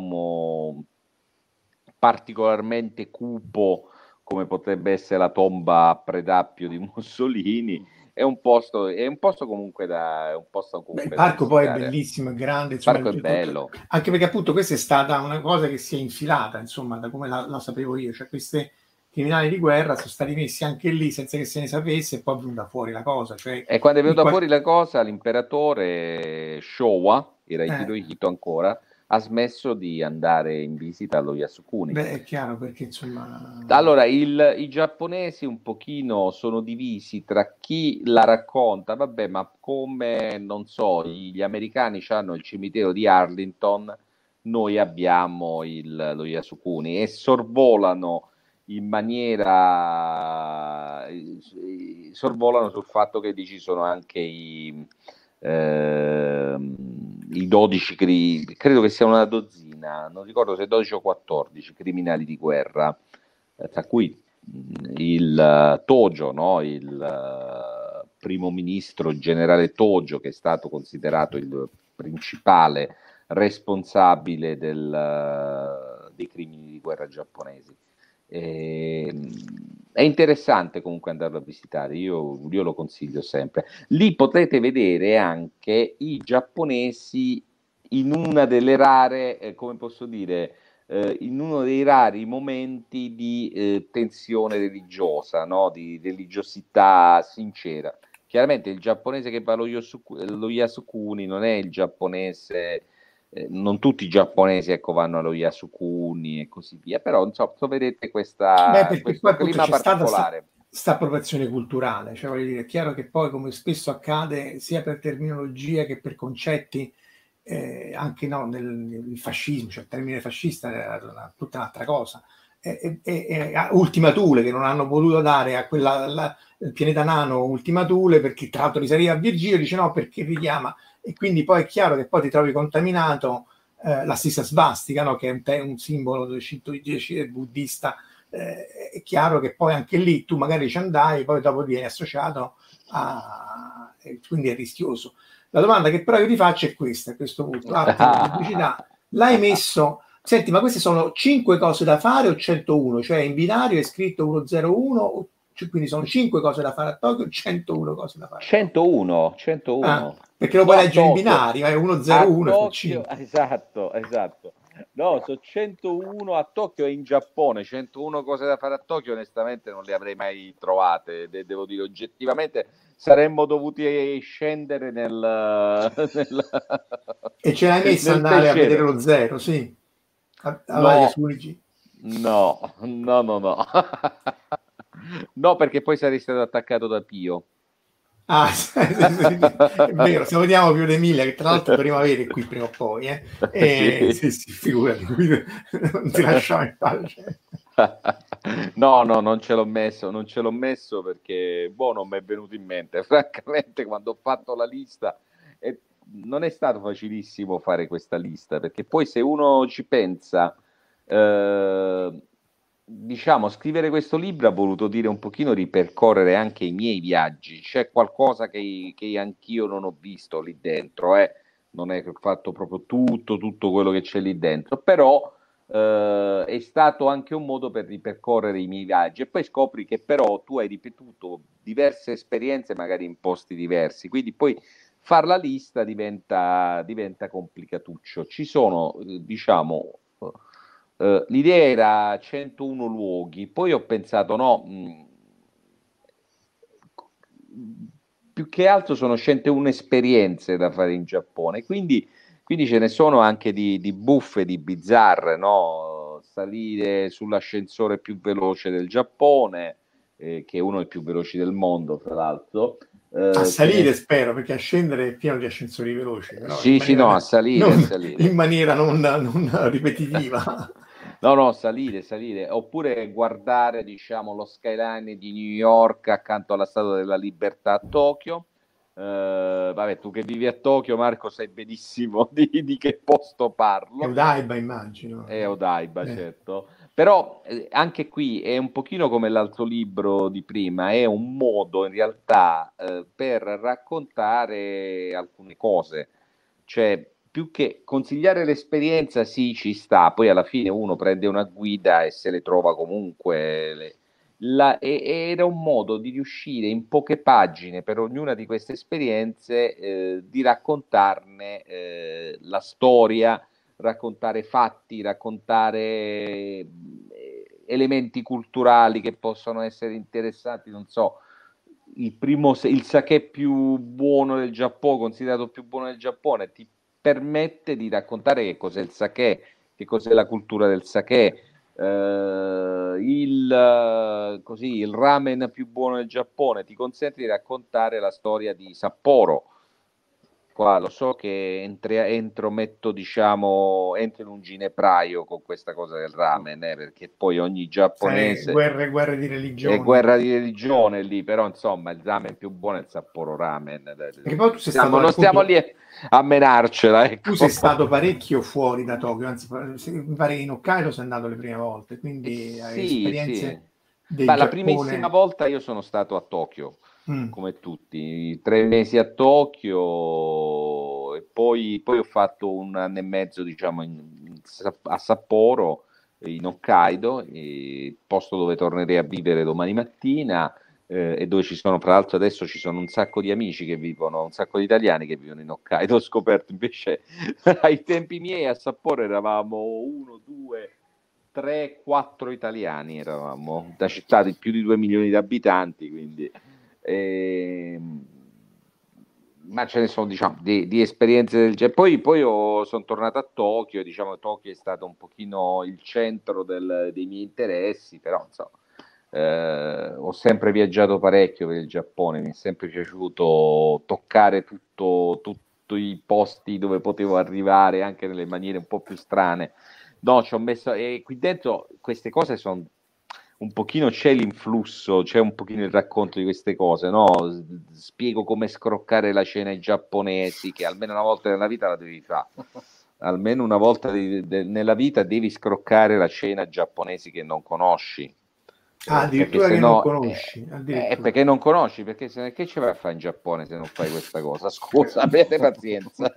particolarmente cupo come potrebbe essere la tomba a Predappio di Mussolini. È un posto comunque
il parco poi è bellissimo, è grande,
insomma, il parco è bello.
Anche perché appunto questa è stata una cosa che si è infilata, insomma, da come la sapevo io, cioè questi criminali di guerra sono stati messi anche lì senza che se ne sapesse, e poi è venuta fuori la cosa. Cioè,
e quando è venuta fuori la cosa, l'imperatore Showa, era Hirohito ancora, ha smesso di andare in visita allo Yasukuni.
Beh, è chiaro, perché insomma...
Allora, i giapponesi un pochino sono divisi tra chi la racconta, vabbè, ma come, non so, gli americani hanno il cimitero di Arlington, noi abbiamo lo Yasukuni, e sorvolano in maniera... sorvolano sul fatto che ci sono anche i 12, credo che sia una dozzina, non ricordo se 12 o 14 criminali di guerra, tra cui il Tojo, no? Il primo ministro generale Tojo, che è stato considerato il principale responsabile dei crimini di guerra giapponesi. È interessante comunque andarlo a visitare, io lo consiglio sempre. Lì potete vedere anche i giapponesi in una delle rare, come posso dire, in uno dei rari momenti di tensione religiosa, no? Di religiosità sincera. Chiaramente il giapponese che va allo Yasukuni non è il giapponese... non tutti i giapponesi vanno allo Yasukuni e così via, però insomma vedete questo clima particolare.
Sta appropriazione culturale, cioè voglio dire, è chiaro che poi, come spesso accade sia per terminologia che per concetti, anche no, nel fascismo, cioè il termine fascista era tutta un'altra cosa. Ultima Thule, che non hanno voluto dare a il pianeta nano Ultima Thule, perché tra l'altro risaliva a Virgilio, dice no, perché richiama, e quindi poi è chiaro che poi ti trovi contaminato la stessa svastica, no? Che è un simbolo del buddista. È chiaro che poi anche lì tu magari ci andai, poi dopo vieni associato quindi è rischioso. La domanda che però io ti faccio è questa, a questo punto, pubblicità, l'hai messo... Senti, ma queste sono 5 cose da fare o 101? Cioè in binario è scritto 101, quindi sono 5 cose da fare a Tokyo, 101 cose da fare.
101.
Perché lo puoi leggere in binario, è 101 e 5.
Esatto. No, sono 101 a Tokyo e in Giappone. 101 cose da fare a Tokyo, onestamente non le avrei mai trovate, devo dire oggettivamente. Saremmo dovuti scendere
E ce l'hai messo andare a vedere lo zero, sì?
No. No, perché poi sarei stato attaccato da Pio.
È vero, se vediamo più di 1000, che tra l'altro dovremo avere qui prima o poi, sì, figurati, non ti lasciamo in pace.
No, non ce l'ho messo perché non mi è venuto in mente, francamente, quando ho fatto la lista. Non è stato facilissimo fare questa lista, perché poi se uno ci pensa, scrivere questo libro ha voluto dire un pochino ripercorrere anche i miei viaggi. C'è qualcosa che anch'io non ho visto lì dentro, non è che ho fatto proprio tutto quello che c'è lì dentro, però è stato anche un modo per ripercorrere i miei viaggi, e poi scopri che però tu hai ripetuto diverse esperienze magari in posti diversi, quindi poi far la lista diventa complicatuccio. Ci sono, l'idea era 101 luoghi, poi ho pensato più che altro sono 101 esperienze da fare in Giappone, quindi ce ne sono anche di buffe, di bizzarre, no? Salire sull'ascensore più veloce del Giappone, che è uno dei più veloci del mondo, tra l'altro.
A salire spero, perché a scendere è pieno di ascensori veloci. Però
sì, a salire,
non,
a salire.
In maniera non ripetitiva.
No, salire, oppure guardare, diciamo, lo skyline di New York accanto alla Statua della Libertà a Tokyo. Vabbè, tu che vivi a Tokyo, Marco, sai benissimo di che posto parlo.
È Odaiba, immagino.
È Odaiba, certo. Però anche qui è un pochino come l'altro libro di prima, è un modo in realtà per raccontare alcune cose, cioè più che consigliare l'esperienza, sì, ci sta, poi alla fine uno prende una guida e se le trova comunque. Era un modo di riuscire in poche pagine per ognuna di queste esperienze di raccontarne la storia, raccontare fatti, raccontare elementi culturali che possono essere interessanti, non so, il sake più buono del Giappone, considerato più buono del Giappone, ti permette di raccontare che cos'è il sake, che cos'è la cultura del sake. Il ramen più buono del Giappone ti consente di raccontare la storia di Sapporo. Qua lo so che entro in un ginepraio con questa cosa del ramen, perché poi ogni giapponese
guerre di religione.
È guerra di religione lì, però insomma il ramen più buono è il Sapporo ramen.
Perché poi
non stiamo lì a menarcela. Ecco.
Tu sei stato parecchio fuori da Tokyo, anzi mi pare che in Hokkaido sei andato le prime volte, quindi hai esperienze del Giappone.
La primissima volta io sono stato a Tokyo. Come tutti, 3 mesi a Tokyo e poi ho fatto 1 anno e mezzo, diciamo, a Sapporo, in Hokkaido, il posto dove tornerei a vivere domani mattina, e dove ci sono, tra l'altro adesso ci sono un sacco di amici che vivono, un sacco di italiani che vivono in Hokkaido. Ho scoperto invece ai tempi miei a Sapporo eravamo 1, 2, 3, 4 italiani, eravamo da città di più di 2 milioni di abitanti, quindi ma ce ne sono, diciamo, di esperienze del genere. Poi sono tornato a Tokyo, diciamo Tokyo è stato un pochino il centro dei miei interessi, però insomma ho sempre viaggiato parecchio per il Giappone, mi è sempre piaciuto toccare tutti i posti dove potevo arrivare, anche nelle maniere un po' più strane. No, ci ho messo, e qui dentro queste cose sono un pochino, c'è l'influsso, c'è un pochino il racconto di queste cose, no? Spiego come scroccare la cena ai giapponesi, che almeno una volta nella vita la devi fare. Almeno una volta nella vita devi scroccare la cena giapponesi che non conosci.
Addirittura che non conosci.
Perché non conosci, perché che ci vai a fare in Giappone se non fai questa cosa? Scusa, abbiate pazienza.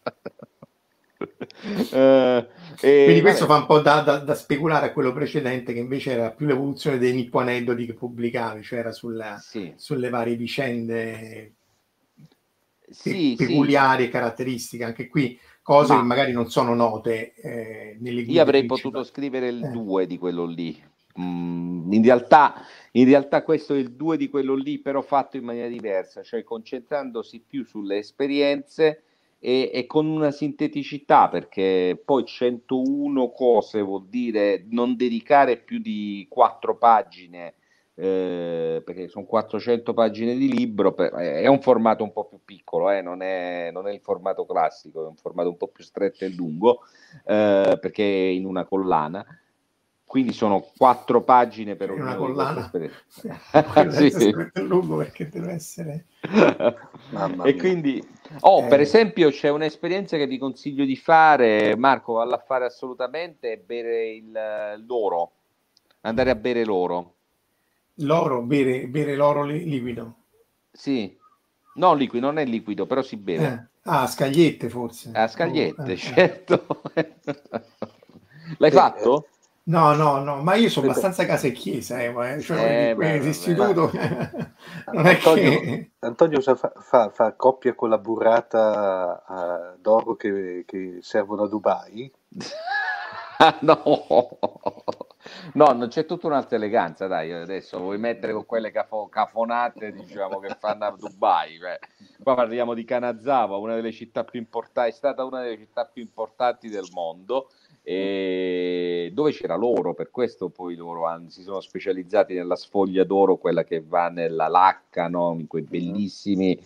Quindi questo fa un po' da speculare a quello precedente, che invece era più l'evoluzione dei nipponeddoti che pubblicavi, cioè era sulle varie vicende peculiari e caratteristiche. Anche qui cose che magari non sono note nelle guide.
Io avrei potuto scrivere il 2 di quello lì. In realtà questo è il 2 di quello lì, però fatto in maniera diversa, cioè concentrandosi più sulle esperienze e con una sinteticità, perché poi 101 cose vuol dire non dedicare più di 4 pagine, perché sono 400 pagine di libro, è un formato un po' più piccolo, non è il formato classico, è un formato un po' più stretto e lungo, perché è in una collana. Quindi sono 4 pagine per
una collana.
Sì.
Lungo perché deve essere.
E quindi, per esempio, c'è un'esperienza che vi consiglio di fare, Marco, valla a fare assolutamente, bere l'oro, andare a bere l'oro.
L'oro, bere l'oro liquido.
Sì, no, liquido, non è liquido, però si beve.
A scagliette forse.
A scagliette, certo. L'hai fatto?
No, ma io sono abbastanza casa e chiesa, cioè l'istituto non è che...
Antonio fa coppia con la burrata d'oro che servono a Dubai?
No, No, non c'è tutta un'altra eleganza, dai, adesso vuoi mettere con quelle cafonate, diciamo, che fanno a Dubai, cioè, qua parliamo di Kanazawa, una delle città più importanti, è stata una delle città più importanti del mondo, e dove c'era l'oro, per questo poi loro si sono specializzati nella sfoglia d'oro, quella che va nella lacca, no? In quei bellissimi...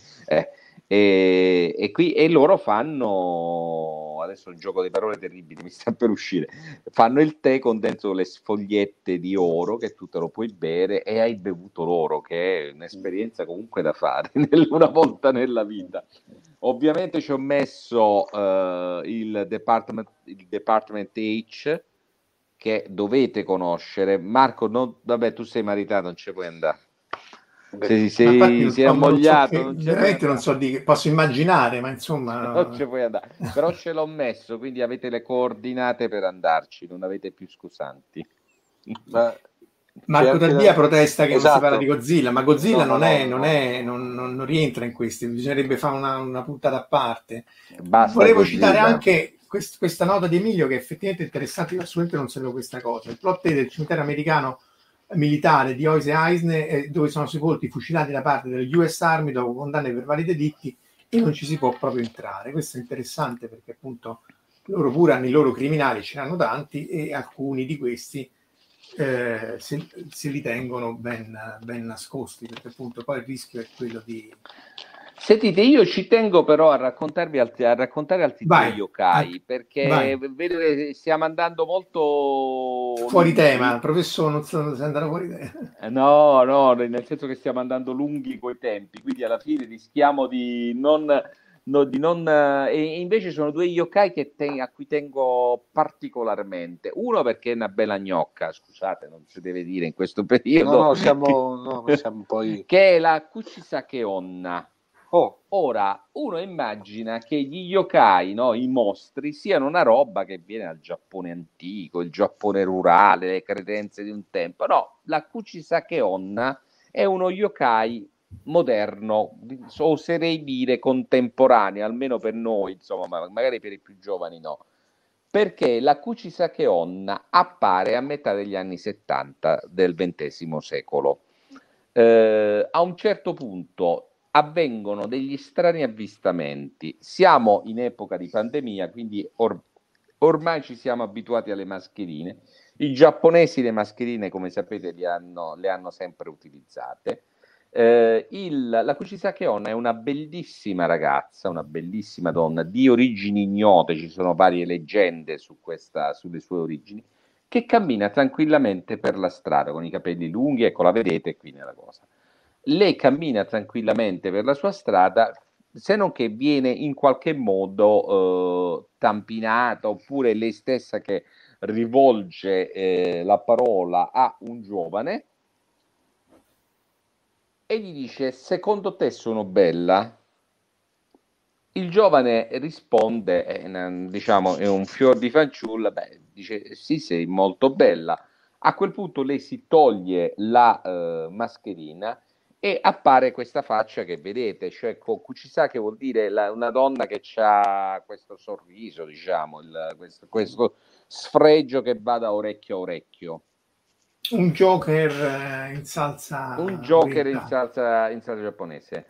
e loro fanno, adesso un gioco di parole terribile mi sta per uscire, fanno il tè con dentro le sfogliette di oro che tu te lo puoi bere e hai bevuto l'oro, che è un'esperienza comunque da fare una volta nella vita. Ovviamente ci ho messo il Department H, che dovete conoscere. Marco, vabbè, tu sei maritato, non ci puoi andare. Sei ammogliato,
veramente non so di che posso immaginare, ma insomma
non ci puoi andare, però ce l'ho messo, quindi avete le coordinate per andarci, non avete più scusanti.
Marco Taddia protesta che non si parla di Godzilla, ma Godzilla non rientra in questi, bisognerebbe fare una puntata a parte. Volevo citare anche questa nota di Emilio, che è effettivamente interessante, io assolutamente non sapevo questa cosa, il plot del cimitero americano militare di Oise Eisner, dove sono sepolti fucilati da parte dell'US Army dopo condanne per vari delitti, e non ci si può proprio entrare. Questo è interessante perché appunto loro pure hanno i loro criminali, ce n'hanno tanti, e alcuni di questi si li tengono ben nascosti, perché appunto poi il rischio è quello di...
Sentite, io ci tengo però a raccontare altri due yokai, perché vedo che stiamo andando molto
fuori tema, professore, non stiamo andando fuori tema.
No, nel senso che stiamo andando lunghi coi tempi, quindi alla fine rischiamo di non e invece sono due yokai a cui tengo particolarmente. Uno perché è una bella gnocca, scusate, non si deve dire in questo periodo.
Siamo poi...
che è la Kuchisake Onna. Ora, uno immagina che gli yokai, no, i mostri, siano una roba che viene dal Giappone antico, il Giappone rurale, le credenze di un tempo. No, la Kuchisake Onna è uno yokai moderno, oserei dire contemporaneo, almeno per noi, insomma, magari per i più giovani no. Perché la Kuchisake Onna appare a metà degli anni 70 del XX secolo. A un certo punto avvengono degli strani avvistamenti. Siamo in epoca di pandemia, quindi ormai ci siamo abituati alle mascherine. I giapponesi le mascherine, come sapete, le hanno sempre utilizzate. La Kuchisake Onna è una bellissima ragazza, una bellissima donna di origini ignote, ci sono varie leggende sulle sue origini, che cammina tranquillamente per la strada con i capelli lunghi, ecco, la vedete qui nella cosa. Lei cammina tranquillamente per la sua strada, se non che viene in qualche modo tampinata, oppure lei stessa che rivolge la parola a un giovane e gli dice: secondo te sono bella? Il giovane risponde, diciamo, è un fior di fanciulla, dice sì, sei molto bella. A quel punto lei si toglie la mascherina e appare questa faccia che vedete, cioè Kuchisake vuol dire una donna che ha questo sorriso, diciamo, questo sfregio che va da orecchio a orecchio.
Un Joker in salsa
in salsa giapponese.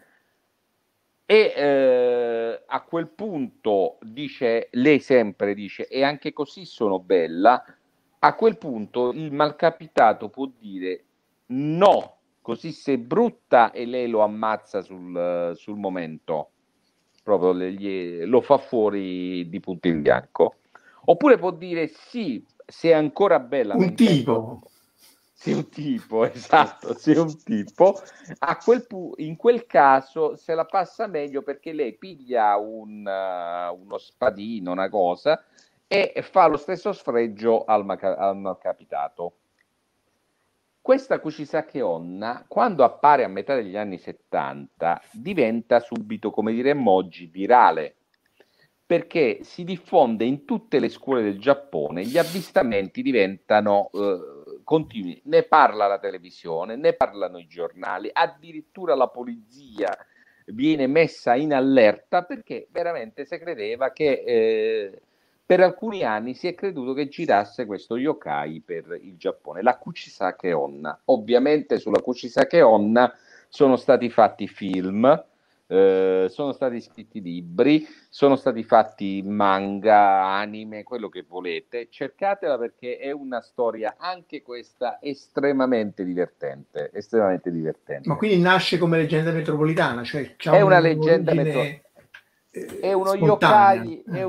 E a quel punto lei sempre dice, e anche così sono bella. A quel punto il malcapitato può dire no, così sei brutta, e lei lo ammazza sul momento, proprio lo fa fuori di punto in bianco. Oppure può dire sì, sei ancora bella.
Un tipo.
Sei un tipo, esatto, sei un tipo. In quel caso se la passa meglio, perché lei piglia uno spadino, una cosa, e fa lo stesso sfregio al malcapitato. Questa Kuchisake Onna, quando appare a metà degli anni 70, diventa subito, come diremmo oggi, virale, perché si diffonde in tutte le scuole del Giappone, gli avvistamenti diventano continui, ne parla la televisione, ne parlano i giornali, addirittura la polizia viene messa in allerta, perché veramente si credeva che per alcuni anni si è creduto che girasse questo yokai per il Giappone, la Kuchisake Onna. Ovviamente sulla Kuchisake Onna sono stati fatti film, sono stati scritti libri, sono stati fatti manga, anime, quello che volete. Cercatela perché è una storia, anche questa, estremamente divertente. Estremamente divertente.
Ma quindi nasce come leggenda metropolitana, cioè c'ha
È una leggenda
un'origine
è uno
spontanea.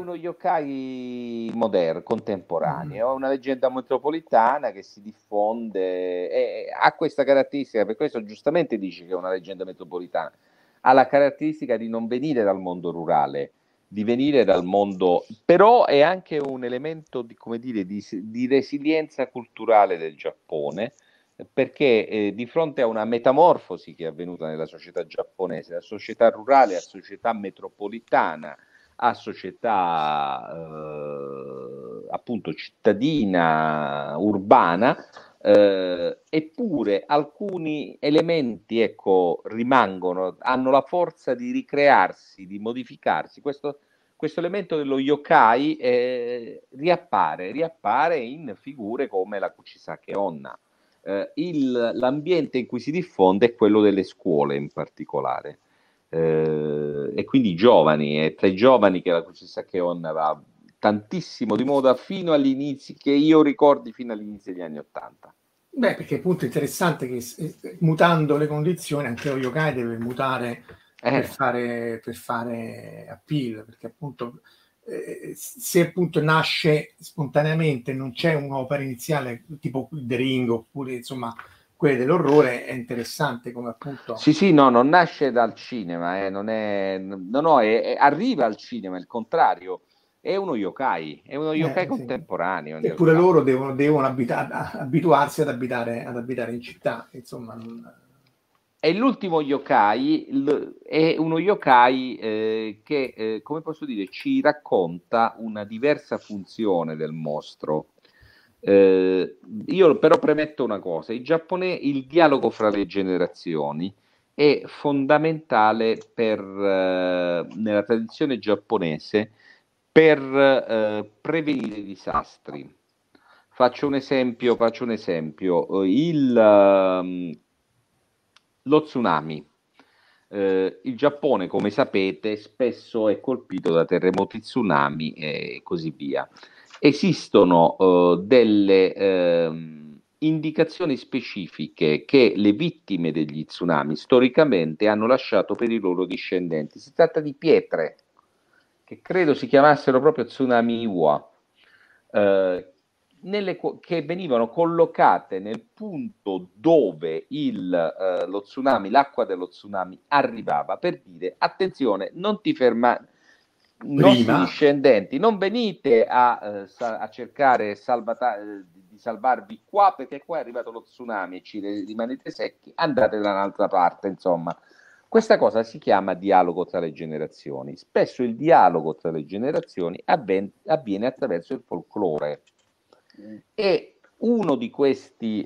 yokai moderno, contemporaneo, è una leggenda metropolitana che si diffonde e ha questa caratteristica, per questo giustamente dici che è una leggenda metropolitana, ha la caratteristica di non venire dal mondo rurale, di venire dal mondo, però è anche un elemento di, come dire, di resilienza culturale del Giappone, perché di fronte a una metamorfosi che è avvenuta nella società giapponese, da società rurale a società metropolitana, a società appunto cittadina, urbana, eppure alcuni elementi, ecco, rimangono, hanno la forza di ricrearsi, di modificarsi. Questo elemento dello yokai riappare in figure come la Kuchisake Onna. L'ambiente in cui si diffonde è quello delle scuole in particolare, e quindi i giovani, è tra i giovani che la Kuchisake Onna va tantissimo di moda fino all'inizio, che io ricordi fino all'inizio degli anni '80.
Beh, perché appunto è interessante che mutando le condizioni anche lo yokai deve mutare per fare appeal, perché appunto se appunto nasce spontaneamente, non c'è un'opera iniziale tipo The Ring oppure insomma quelle dell'orrore, è interessante come appunto
sì, no, non nasce dal cinema, non è, arriva al cinema, il contrario, è uno yokai contemporaneo.
Eppure loro devono abituarsi ad abitare in città, insomma.
E l'ultimo yokai è uno yokai che, come posso dire, ci racconta una diversa funzione del mostro. Io però premetto una cosa: il dialogo fra le generazioni è fondamentale nella tradizione giapponese per prevenire i disastri. Faccio un esempio. Lo tsunami. Il Giappone, come sapete, spesso è colpito da terremoti, tsunami e così via. Esistono delle indicazioni specifiche che le vittime degli tsunami storicamente hanno lasciato per i loro discendenti. Si tratta di pietre che credo si chiamassero proprio tsunami Iwa, che venivano collocate nel punto dove lo tsunami, l'acqua dello tsunami arrivava, per dire: attenzione, non ti fermate, nostri discendenti, non venite a cercare di salvarvi qua, perché qua è arrivato lo tsunami e ci rimanete secchi, andate da un'altra parte. Insomma, questa cosa si chiama dialogo tra le generazioni. Spesso il dialogo tra le generazioni avviene attraverso il folklore. E uno di questi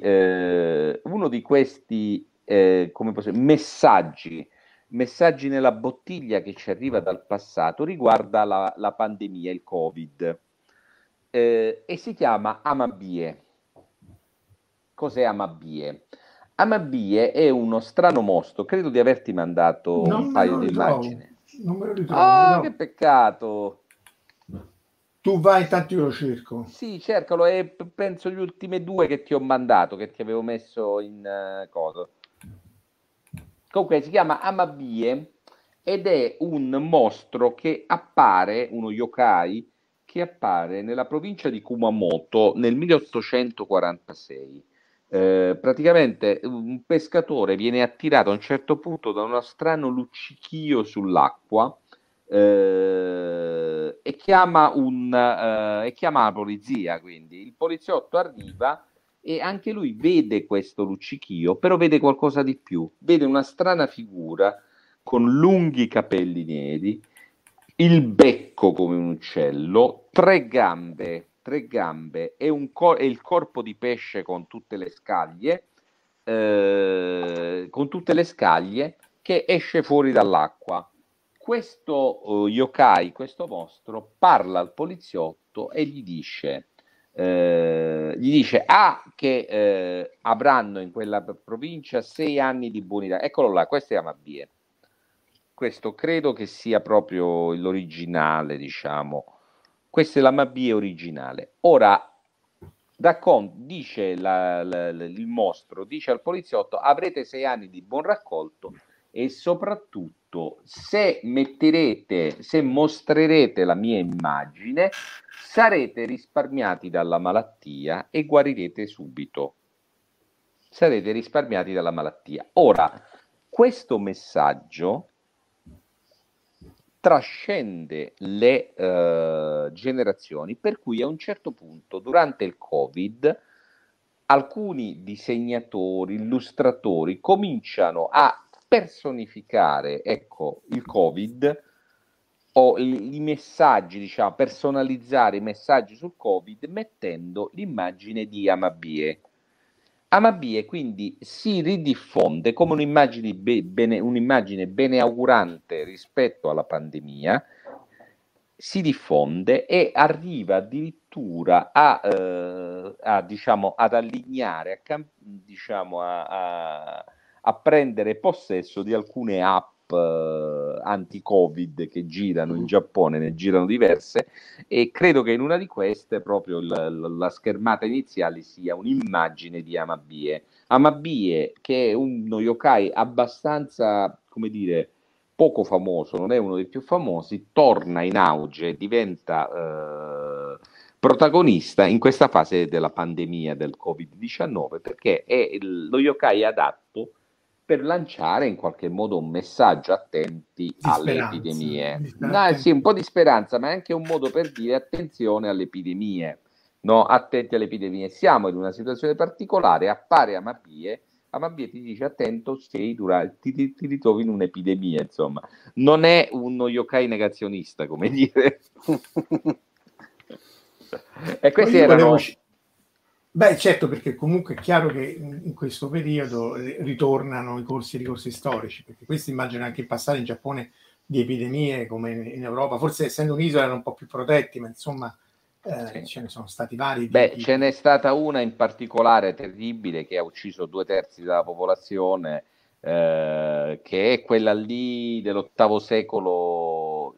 messaggi nella bottiglia che ci arriva dal passato riguarda la pandemia, il Covid, e si chiama Amabie. Cos'è Amabie? Amabie è uno strano mostro, credo di averti mandato un paio di immagini.
Non me lo ritrovo.
Che peccato!
Tu vai, intanto io lo cerco.
Sì, cercalo, e penso gli ultimi due che ti ho mandato, che ti avevo messo in coso. Comunque si chiama Amabie ed è un mostro che appare, uno yokai, che appare nella provincia di Kumamoto nel 1846. Praticamente un pescatore viene attirato a un certo punto da uno strano luccichio sull'acqua, e chiama la polizia. Quindi il poliziotto arriva e anche lui vede questo luccichio, però vede qualcosa di più, vede una strana figura con lunghi capelli neri, il becco come un uccello, tre gambe e il corpo di pesce con tutte le scaglie, che esce fuori dall'acqua. questo yokai, questo mostro, parla al poliziotto e gli dice che avranno in quella provincia 6 anni di buonità. Eccolo là, questo è Amabie. Questo credo che sia proprio l'originale, diciamo. Questa è l'Amabie originale. Ora, dice il mostro, dice al poliziotto: avrete 6 anni di buon raccolto e soprattutto se mostrerete la mia immagine, sarete risparmiati dalla malattia e guarirete subito. Sarete risparmiati dalla malattia. Ora, questo messaggio trascende le generazioni, per cui a un certo punto, durante il Covid, alcuni disegnatori, illustratori cominciano a personificare, ecco, il Covid o i messaggi, diciamo, personalizzare i messaggi sul Covid mettendo l'immagine di Amabie. Amabie quindi si ridiffonde come un'immagine beneaugurante rispetto alla pandemia, si diffonde e arriva addirittura diciamo, ad allineare, a prendere possesso di alcune app anti-Covid che girano in Giappone, ne girano diverse, e credo che in una di queste proprio la schermata iniziale sia un'immagine di Amabie. Amabie, che è uno yokai abbastanza, come dire, poco famoso, non è uno dei più famosi, torna in auge, diventa protagonista in questa fase della pandemia del Covid-19, perché è lo yokai adatto per lanciare in qualche modo un messaggio: attenti alle epidemie. Sì, un po' di speranza, ma è anche un modo per dire attenzione alle epidemie. No, attenti alle epidemie. Siamo in una situazione particolare, appare Amabie ti dice attento se ti ritrovi in un'epidemia, insomma. Non è uno yokai negazionista, come dire. E questi erano...
Beh, certo, perché comunque è chiaro che in questo periodo ritornano i ricorsi storici, perché questi immagino anche in passato in Giappone di epidemie come in Europa, forse essendo un'isola erano un po' più protetti, ma insomma
sì.
Ce ne sono stati vari.
Ce n'è stata una in particolare terribile che ha ucciso 2/3 della popolazione, che è quella lì dell'VIII secolo.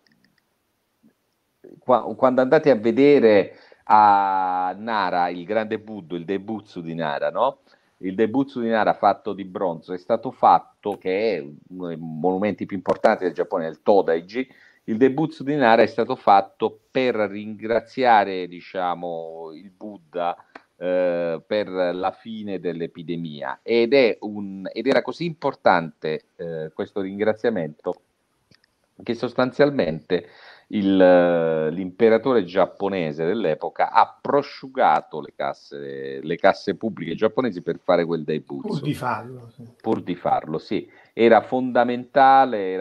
Quando andate a vedere a Nara il grande Buddha, il Daibutsu di Nara, no? Il Daibutsu di Nara fatto di bronzo è stato fatto, che è uno dei monumenti più importanti del Giappone, il Todaiji. Il Daibutsu di Nara è stato fatto per ringraziare, diciamo, il Buddha per la fine dell'epidemia, ed era così importante questo ringraziamento che sostanzialmente l'imperatore giapponese dell'epoca ha prosciugato le casse pubbliche giapponesi per fare quel Daibutsu. Pur di farlo, sì. Era fondamentale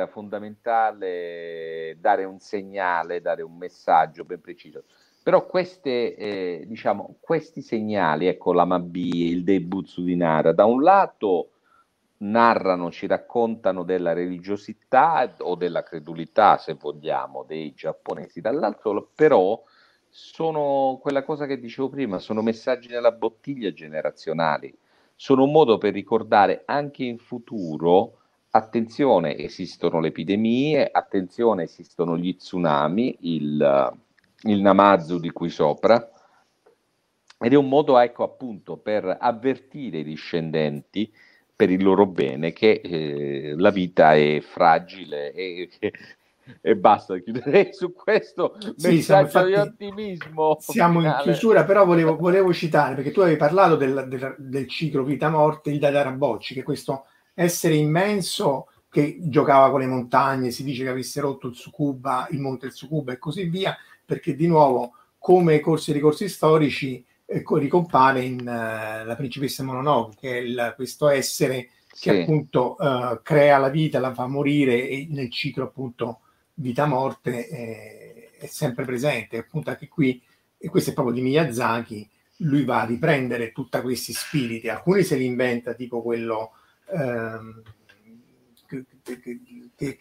dare un segnale, dare un messaggio ben preciso. Però questi segnali, ecco, l'Amabie, il Daibutsu di Nara, da un lato narrano, ci raccontano della religiosità o della credulità, se vogliamo, dei giapponesi, dall'altro però sono quella cosa che dicevo prima, sono messaggi nella bottiglia generazionali, sono un modo per ricordare anche in futuro: attenzione, esistono le epidemie, attenzione, esistono gli tsunami, il Namazu di qui sopra, ed è un modo, ecco, appunto, per avvertire i discendenti per il loro bene che la vita è fragile e basta. Chiuderei su questo messaggio di ottimismo.
Siamo finale. In chiusura, però volevo citare, perché tu avevi parlato del ciclo vita-morte, il Dadarabocci, che è questo essere immenso che giocava con le montagne, si dice che avesse rotto il monte Tsukuba e così via, perché di nuovo, come corsi e ricorsi storici, ricompare in La principessa Mononoke, che è questo essere che appunto crea la vita, la fa morire, e nel ciclo appunto vita-morte è sempre presente. Appunto anche qui, e questo è proprio di Miyazaki, lui va a riprendere tutti questi spiriti, alcuni se li inventa, tipo quello che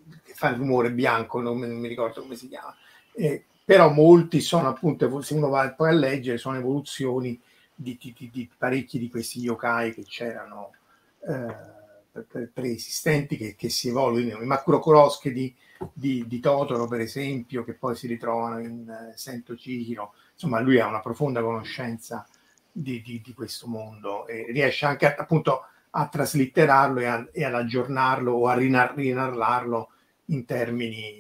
che fa il rumore bianco, non mi ricordo come si chiama, però molti sono appunto, se uno va poi a leggere, sono evoluzioni di parecchi di questi yokai che c'erano preesistenti, che si evolvono. I Makurokorosche di Totoro, per esempio, che poi si ritrovano in Sento Chihiro. Insomma, lui ha una profonda conoscenza di questo mondo e riesce anche appunto a traslitterarlo e ad aggiornarlo o a rinarrarlo in termini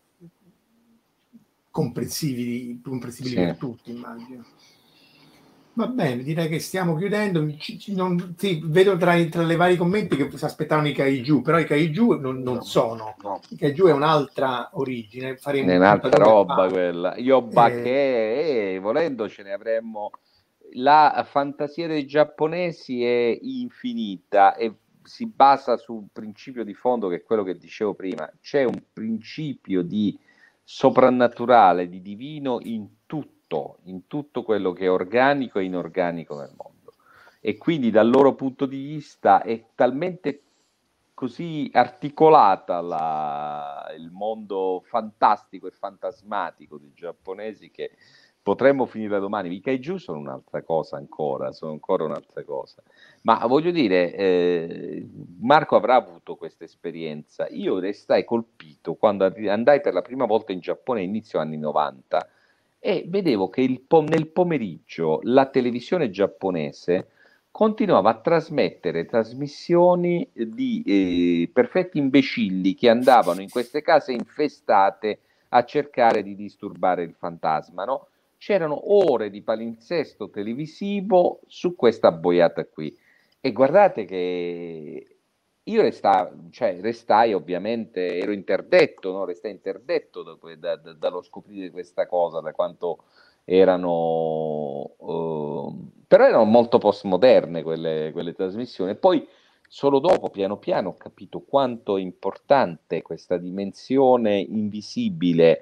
comprensibili
Sì.
per tutti, immagino. Va bene, direi che stiamo chiudendo. Vedo tra le vari commenti che si aspettavano i kaiju, però i kaiju non sono.
No.
I kaiju è un'altra origine. Faremo
È un'altra roba
fa.
quella. Yobake, volendo ce ne avremmo. La fantasia dei giapponesi è infinita e si basa su un principio di fondo che è quello che dicevo prima. C'è un principio di soprannaturale, di divino in tutto quello che è organico e inorganico nel mondo. E quindi dal loro punto di vista è talmente così articolata il mondo fantastico e fantasmatico dei giapponesi che potremmo finire domani. I kaiju sono un'altra cosa ancora, un'altra cosa. Ma voglio dire, Marco avrà avuto questa esperienza. Io restai colpito quando andai per la prima volta in Giappone inizio anni 90 e vedevo che nel pomeriggio la televisione giapponese continuava a trasmettere trasmissioni di perfetti imbecilli che andavano in queste case infestate a cercare di disturbare il fantasma, no? C'erano ore di palinsesto televisivo su questa boiata qui. E guardate che io restai ovviamente, ero interdetto, no? Restai interdetto dallo scoprire questa cosa, da quanto erano, però erano molto postmoderne quelle trasmissioni. E poi solo dopo, piano piano, ho capito quanto è importante questa dimensione invisibile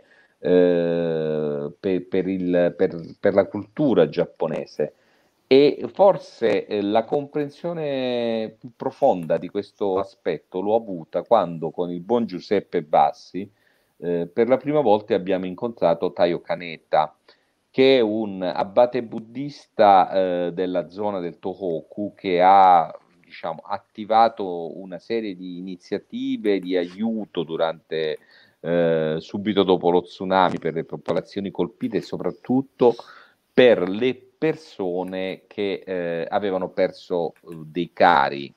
per la cultura giapponese. E forse la comprensione più profonda di questo aspetto l'ho avuta quando con il buon Giuseppe Bassi per la prima volta abbiamo incontrato Taio Kaneta, che è un abate buddista della zona del Tohoku che ha, diciamo, attivato una serie di iniziative di aiuto durante subito dopo lo tsunami per le popolazioni colpite e soprattutto per le persone che avevano perso dei cari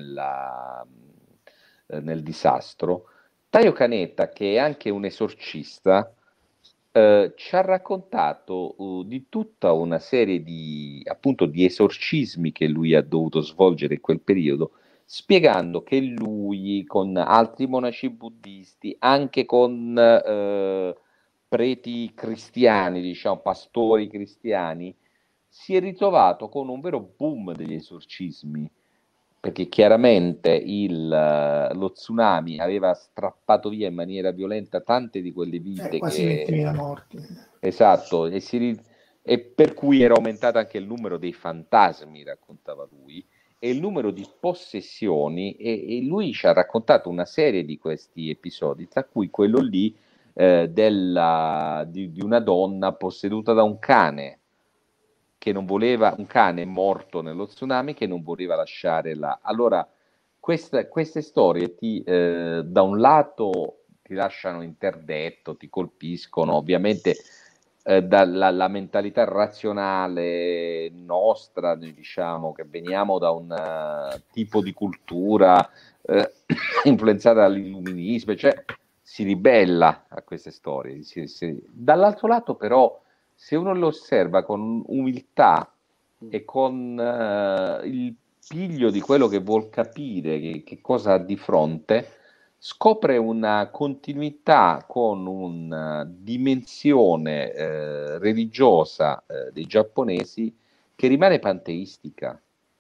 nel disastro. Taio Kaneta, che è anche un esorcista, ci ha raccontato di tutta una serie appunto, di esorcismi che lui ha dovuto svolgere in quel periodo, spiegando che lui, con altri monaci buddisti, anche con preti cristiani, diciamo, pastori cristiani, si è ritrovato con un vero boom degli esorcismi, perché chiaramente lo tsunami aveva strappato via in maniera violenta tante di quelle vite,
quasi 20.000 morti.
Esatto, e per cui era aumentato anche il numero dei fantasmi, raccontava lui, e il numero di possessioni, e lui ci ha raccontato una serie di questi episodi, tra cui quello lì di una donna posseduta da un cane, un cane morto nello tsunami che non voleva lasciare là. Allora, queste storie da un lato ti lasciano interdetto, ti colpiscono, ovviamente dalla mentalità razionale nostra, noi diciamo che veniamo da un tipo di cultura influenzata dall'illuminismo, cioè si ribella a queste storie. Dall'altro lato però, se uno lo osserva con umiltà e con il piglio di quello che vuol capire, che cosa ha di fronte, scopre una continuità con una dimensione religiosa dei giapponesi che rimane panteistica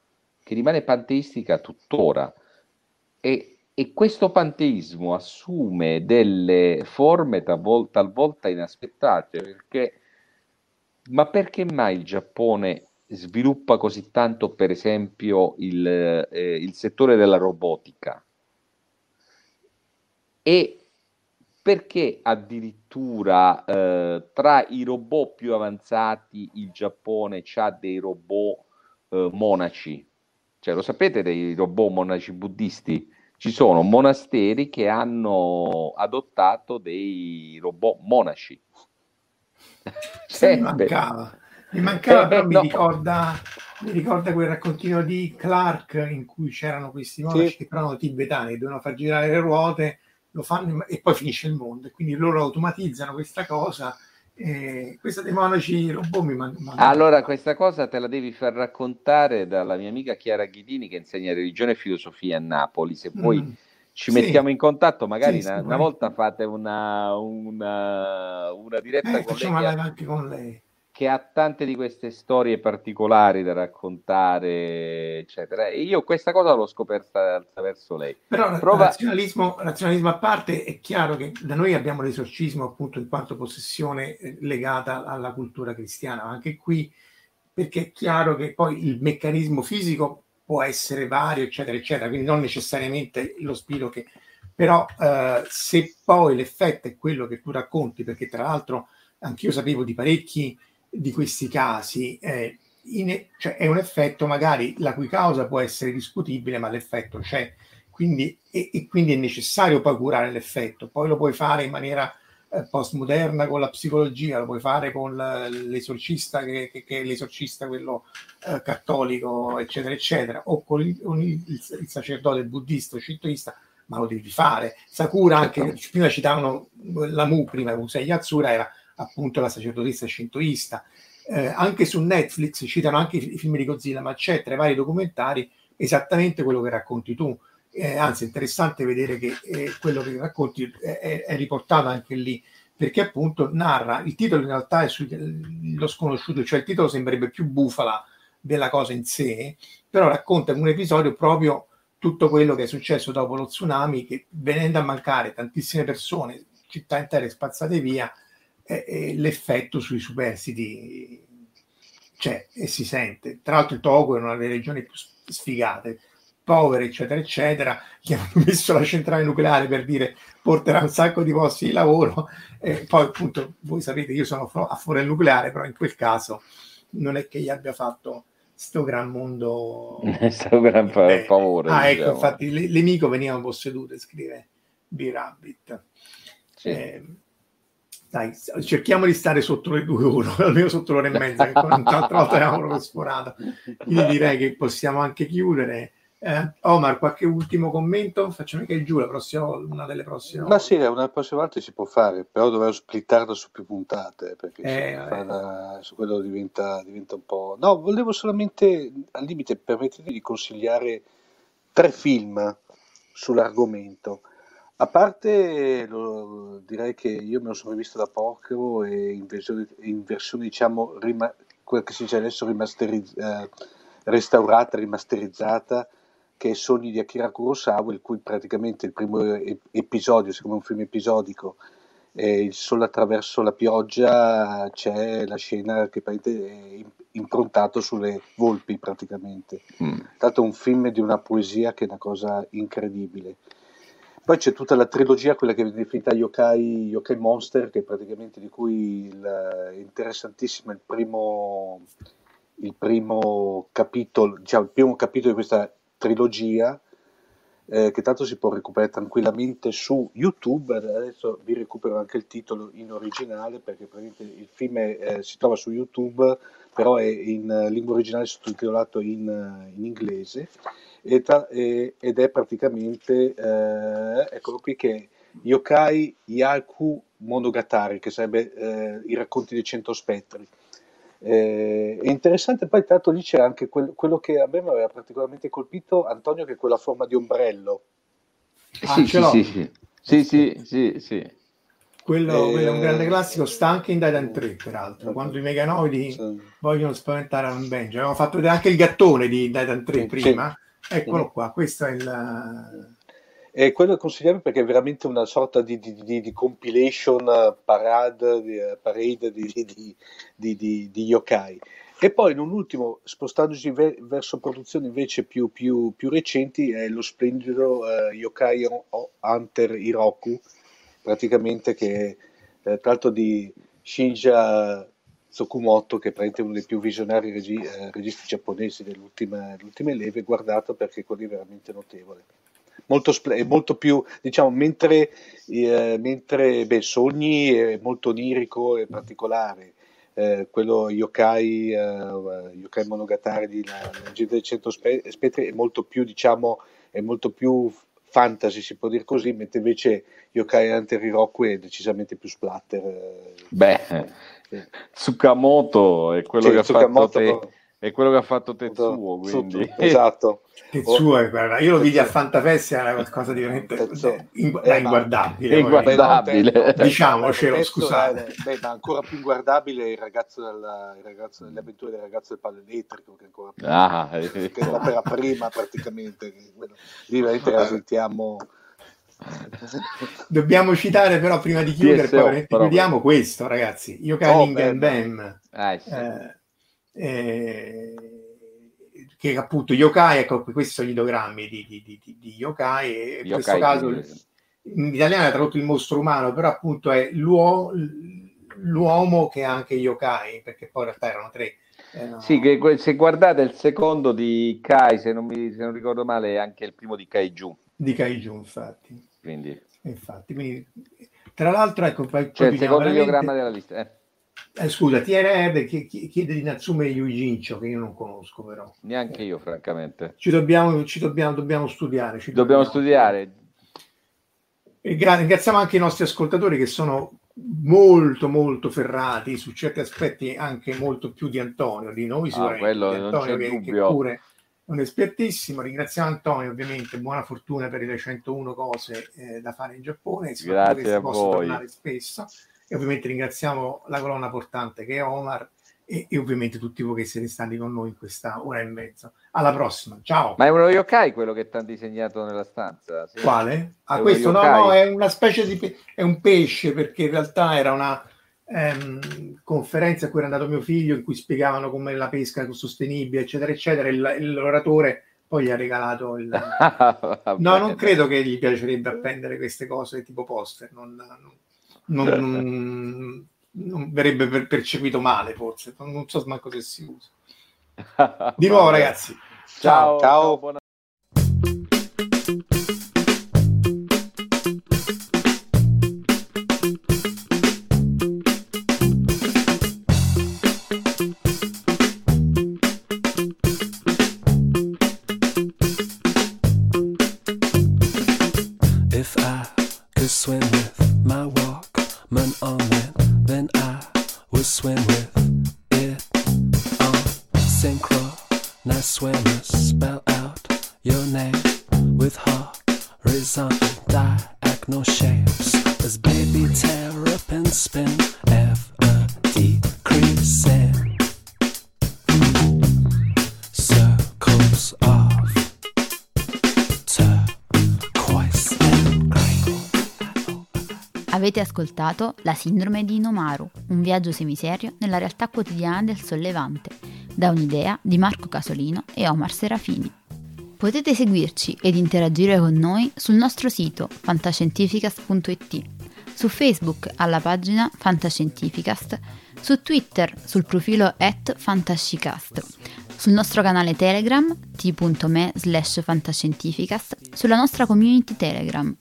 tuttora. E questo panteismo assume delle forme talvolta inaspettate, ma perché mai il Giappone sviluppa così tanto, per esempio, il settore della robotica? E perché addirittura tra i robot più avanzati il Giappone c'ha dei robot monaci. Cioè, lo sapete dei robot monaci buddisti? Ci sono monasteri che hanno adottato dei robot monaci.
Mi mancava, però
no.
mi ricorda quel raccontino di Clark in cui c'erano questi monaci che però erano tibetani, dovevano far girare le ruote, lo fanno e poi finisce il mondo, e quindi loro automatizzano questa cosa. Questa dei monaci robot
Allora, questa cosa te la devi far raccontare dalla mia amica Chiara Ghidini, che insegna religione e filosofia a Napoli. Se vuoi ci mettiamo in contatto, magari una volta fate una diretta con
facciamo
lei,
live anche con lei,
che ha tante di queste storie particolari da raccontare, eccetera. E io questa cosa l'ho scoperta attraverso lei.
Però razionalismo a parte, è chiaro che da noi abbiamo l'esorcismo appunto in quanto possessione legata alla cultura cristiana, anche qui, perché è chiaro che poi il meccanismo fisico può essere vario, eccetera, eccetera, quindi non necessariamente lo spirito che... Però se poi l'effetto è quello che tu racconti, perché tra l'altro anch'io sapevo di parecchi di questi casi, cioè è un effetto magari la cui causa può essere discutibile, ma l'effetto c'è, quindi, e quindi è necessario poi curare l'effetto. Poi lo puoi fare in maniera postmoderna con la psicologia, lo puoi fare con l'esorcista che è l'esorcista quello cattolico, eccetera eccetera, o con il sacerdote buddista o shintoista, ma lo devi fare. Sakura, anche prima citavano la prima Musei Yatsura era appunto la sacerdotessa shintoista. Anche su Netflix citano anche i film di Godzilla, ma c'è tra i vari documentari esattamente quello che racconti tu. Anzi, è interessante vedere che quello che racconti è riportato anche lì, perché appunto narra, il titolo in realtà è lo sconosciuto, cioè il titolo sembrerebbe più bufala della cosa in sé, però racconta in un episodio proprio tutto quello che è successo dopo lo tsunami, che venendo a mancare tantissime persone, città intere spazzate via, l'effetto sui superstiti c'è e si sente. Tra l'altro il Togo è una delle regioni più sfigate, povere, eccetera, eccetera, che hanno messo la centrale nucleare per dire porterà un sacco di posti di lavoro. Poi appunto voi sapete, io sono a favore del nucleare, però in quel caso non è che gli abbia fatto sto gran mondo
sto gran favore.
Ecco, infatti l'amico veniva possedute, scrive B-Rabbit. Sì. Dai, cerchiamo di stare sotto le 2 ore, almeno sotto l'ora e mezza, che un'altra volta abbiamo proprio sforato. Quindi direi che possiamo anche chiudere. Omar, qualche ultimo commento? Facciamo che giù una delle prossime.
Ma sì, una prossima volta si può fare, però dovevo splittarla su più puntate, perché su quello diventa un po'... No, volevo solamente, al limite, permettetemi di consigliare 3 film sull'argomento. A parte, direi che io me lo sono rivisto da poco e in versione diciamo, quella che si dice adesso restaurata, rimasterizzata, che è Sogni di Akira Kurosawa, il cui praticamente il primo episodio, siccome è un film episodico, il sole attraverso la pioggia, c'è la scena che è improntato sulle volpi praticamente. Tanto è un film di una poesia che è una cosa incredibile. Poi c'è tutta la trilogia, quella che viene definita Yokai Monster, che praticamente di cui è interessantissimo il primo capitolo, diciamo il primo capitolo di questa trilogia, che tanto si può recuperare tranquillamente su YouTube. Adesso vi recupero anche il titolo in originale, perché praticamente il film si trova su YouTube, però è in lingua originale sottotitolato in inglese. Ed è praticamente eccolo qui, che è Yokai Yaku Monogatari, che sarebbe i racconti dei 100 spettri. È interessante. Poi tanto lì c'è anche quello che a me mi aveva particolarmente colpito, Antonio, che è quella forma di ombrello.
Sì.
Quello è un grande classico, sta anche in Titan 3 peraltro, quando i meganoidi vogliono spaventare un Benji. Avevamo fatto vedere anche il gattone di Titan 3 prima. Eccolo qua, questo è
è quello consigliabile, perché è veramente una sorta di compilation parade di yokai. E poi in un ultimo, spostandosi verso produzioni invece più recenti, è lo splendido Yokai Hunter Hiroku, praticamente che tra l'altro di Shinja Tsukumoto, che è praticamente uno dei più visionari registi giapponesi delle ultime leve, guardato perché quello è veramente notevole. Molto più, diciamo, mentre Sogni è molto onirico e particolare, quello Yokai Monogatari di La leggenda dei 100 spettri è molto più, diciamo, è molto più fantasy, si può dire così, mentre invece Yokai Hunter Hiroku è decisamente più splatter.
Tsukamoto è quello che ha fatto è quello che ha fatto Tetsuo, quindi
esatto.
Tetsuo, guarda, io lo vidi a Fantafest, era qualcosa di veramente inguardabile.
Inguardabile.
Diciamocelo, scusate.
Ma ancora più inguardabile il ragazzo delle avventure del ragazzo del palo elettrico, che è ancora più che è l'opera prima praticamente. Lì veramente la sentiamo.
Dobbiamo citare però prima di chiudere, poi veramente chiudiamo questo, ragazzi. Yokai Ningen Bam. Che appunto Yokai, ecco, questi sono gli idogrammi di Yokai, e in questo caso in italiano è tradotto il mostro umano, però appunto è l'uomo che è anche Yokai, perché poi in realtà erano tre.
Sì, che se guardate il secondo di Kai, se non ricordo male, è anche il primo di Kaiju.
Di Kaiju, infatti.
Quindi,
tra l'altro, ecco,
cioè il secondo ideogramma della lista.
Scusa, TNR chiede di Natsume Yujincho, che io non conosco però.
Neanche io, francamente.
Dobbiamo studiare.
Dobbiamo studiare.
E ringraziamo anche i nostri ascoltatori che sono molto molto ferrati su certi aspetti, anche molto più di Antonio, di noi sicuramente.
Quello
di Antonio,
non c'è
che
dubbio.
Pure è un espertissimo. Ringraziamo Antonio, ovviamente, buona fortuna per le 101 cose da fare in Giappone.
Grazie a
posso
voi.
tornare spesso. E ovviamente ringraziamo la colonna portante che è Omar e ovviamente tutti voi che siete stati con noi in questa ora e mezza. Alla prossima, ciao.
Ma è uno yokai quello che ti hanno disegnato nella stanza? Sì.
Quale? Questo no, è una specie di è un pesce, perché in realtà era una conferenza a cui era andato mio figlio, in cui spiegavano come la pesca sostenibile, eccetera eccetera. L'oratore poi gli ha regalato il no, non credo che gli piacerebbe appendere queste cose tipo poster, non verrebbe percepito male, forse, non so manco se si usa. Di nuovo, ragazzi,
ciao. Buona...
If I could swim with my Walkman on it, then I would swim with it on synchro. Nice swimmers, spell out your name with horizontal diagonal shapes. As baby terrapins spin, ever decreasing circles of turquoise and green.
Avete ascoltato La sindrome di Inomaru, un viaggio semiserio nella realtà quotidiana del Sollevante, da un'idea di Marco Casolino e Omar Serafini. Potete seguirci ed interagire con noi sul nostro sito fantascientificast.it, su Facebook alla pagina Fantascientificast, su Twitter sul profilo @fantascicast, sul nostro canale Telegram t.me/fantascientificast, sulla nostra community Telegram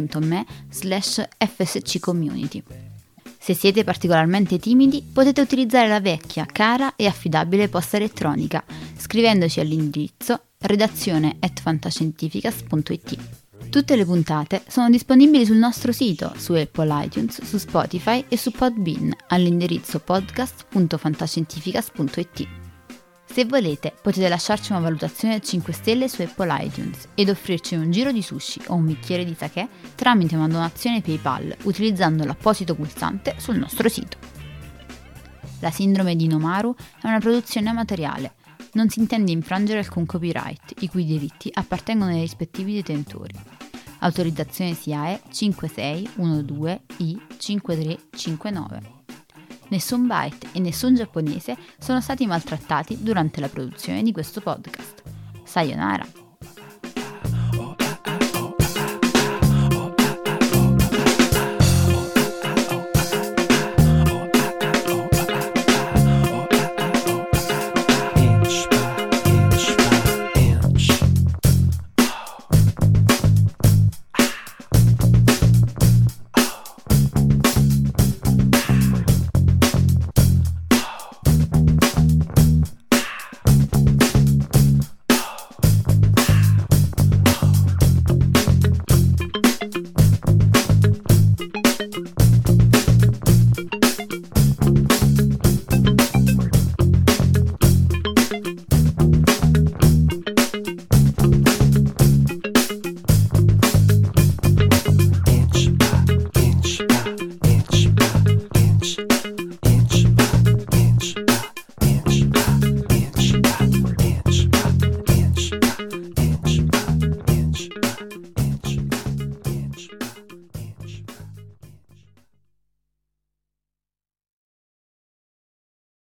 t.me/fsccommunity. Se siete particolarmente timidi, potete utilizzare la vecchia, cara e affidabile posta elettronica, scrivendoci all'indirizzo redazione@fantascientificast.it. Tutte le puntate sono disponibili sul nostro sito, su Apple iTunes, su Spotify e su Podbean, all'indirizzo podcast.fantascientificast.it. Se volete, potete lasciarci una valutazione 5 stelle su Apple iTunes ed offrirci un giro di sushi o un bicchiere di sake tramite una donazione PayPal utilizzando l'apposito pulsante sul nostro sito. La sindrome di Inomaru è una produzione amatoriale. Non si intende infrangere alcun copyright, i cui diritti appartengono ai rispettivi detentori. Autorizzazione SIAE 5612I5359. Nessun byte e nessun giapponese sono stati maltrattati durante la produzione di questo podcast. Sayonara!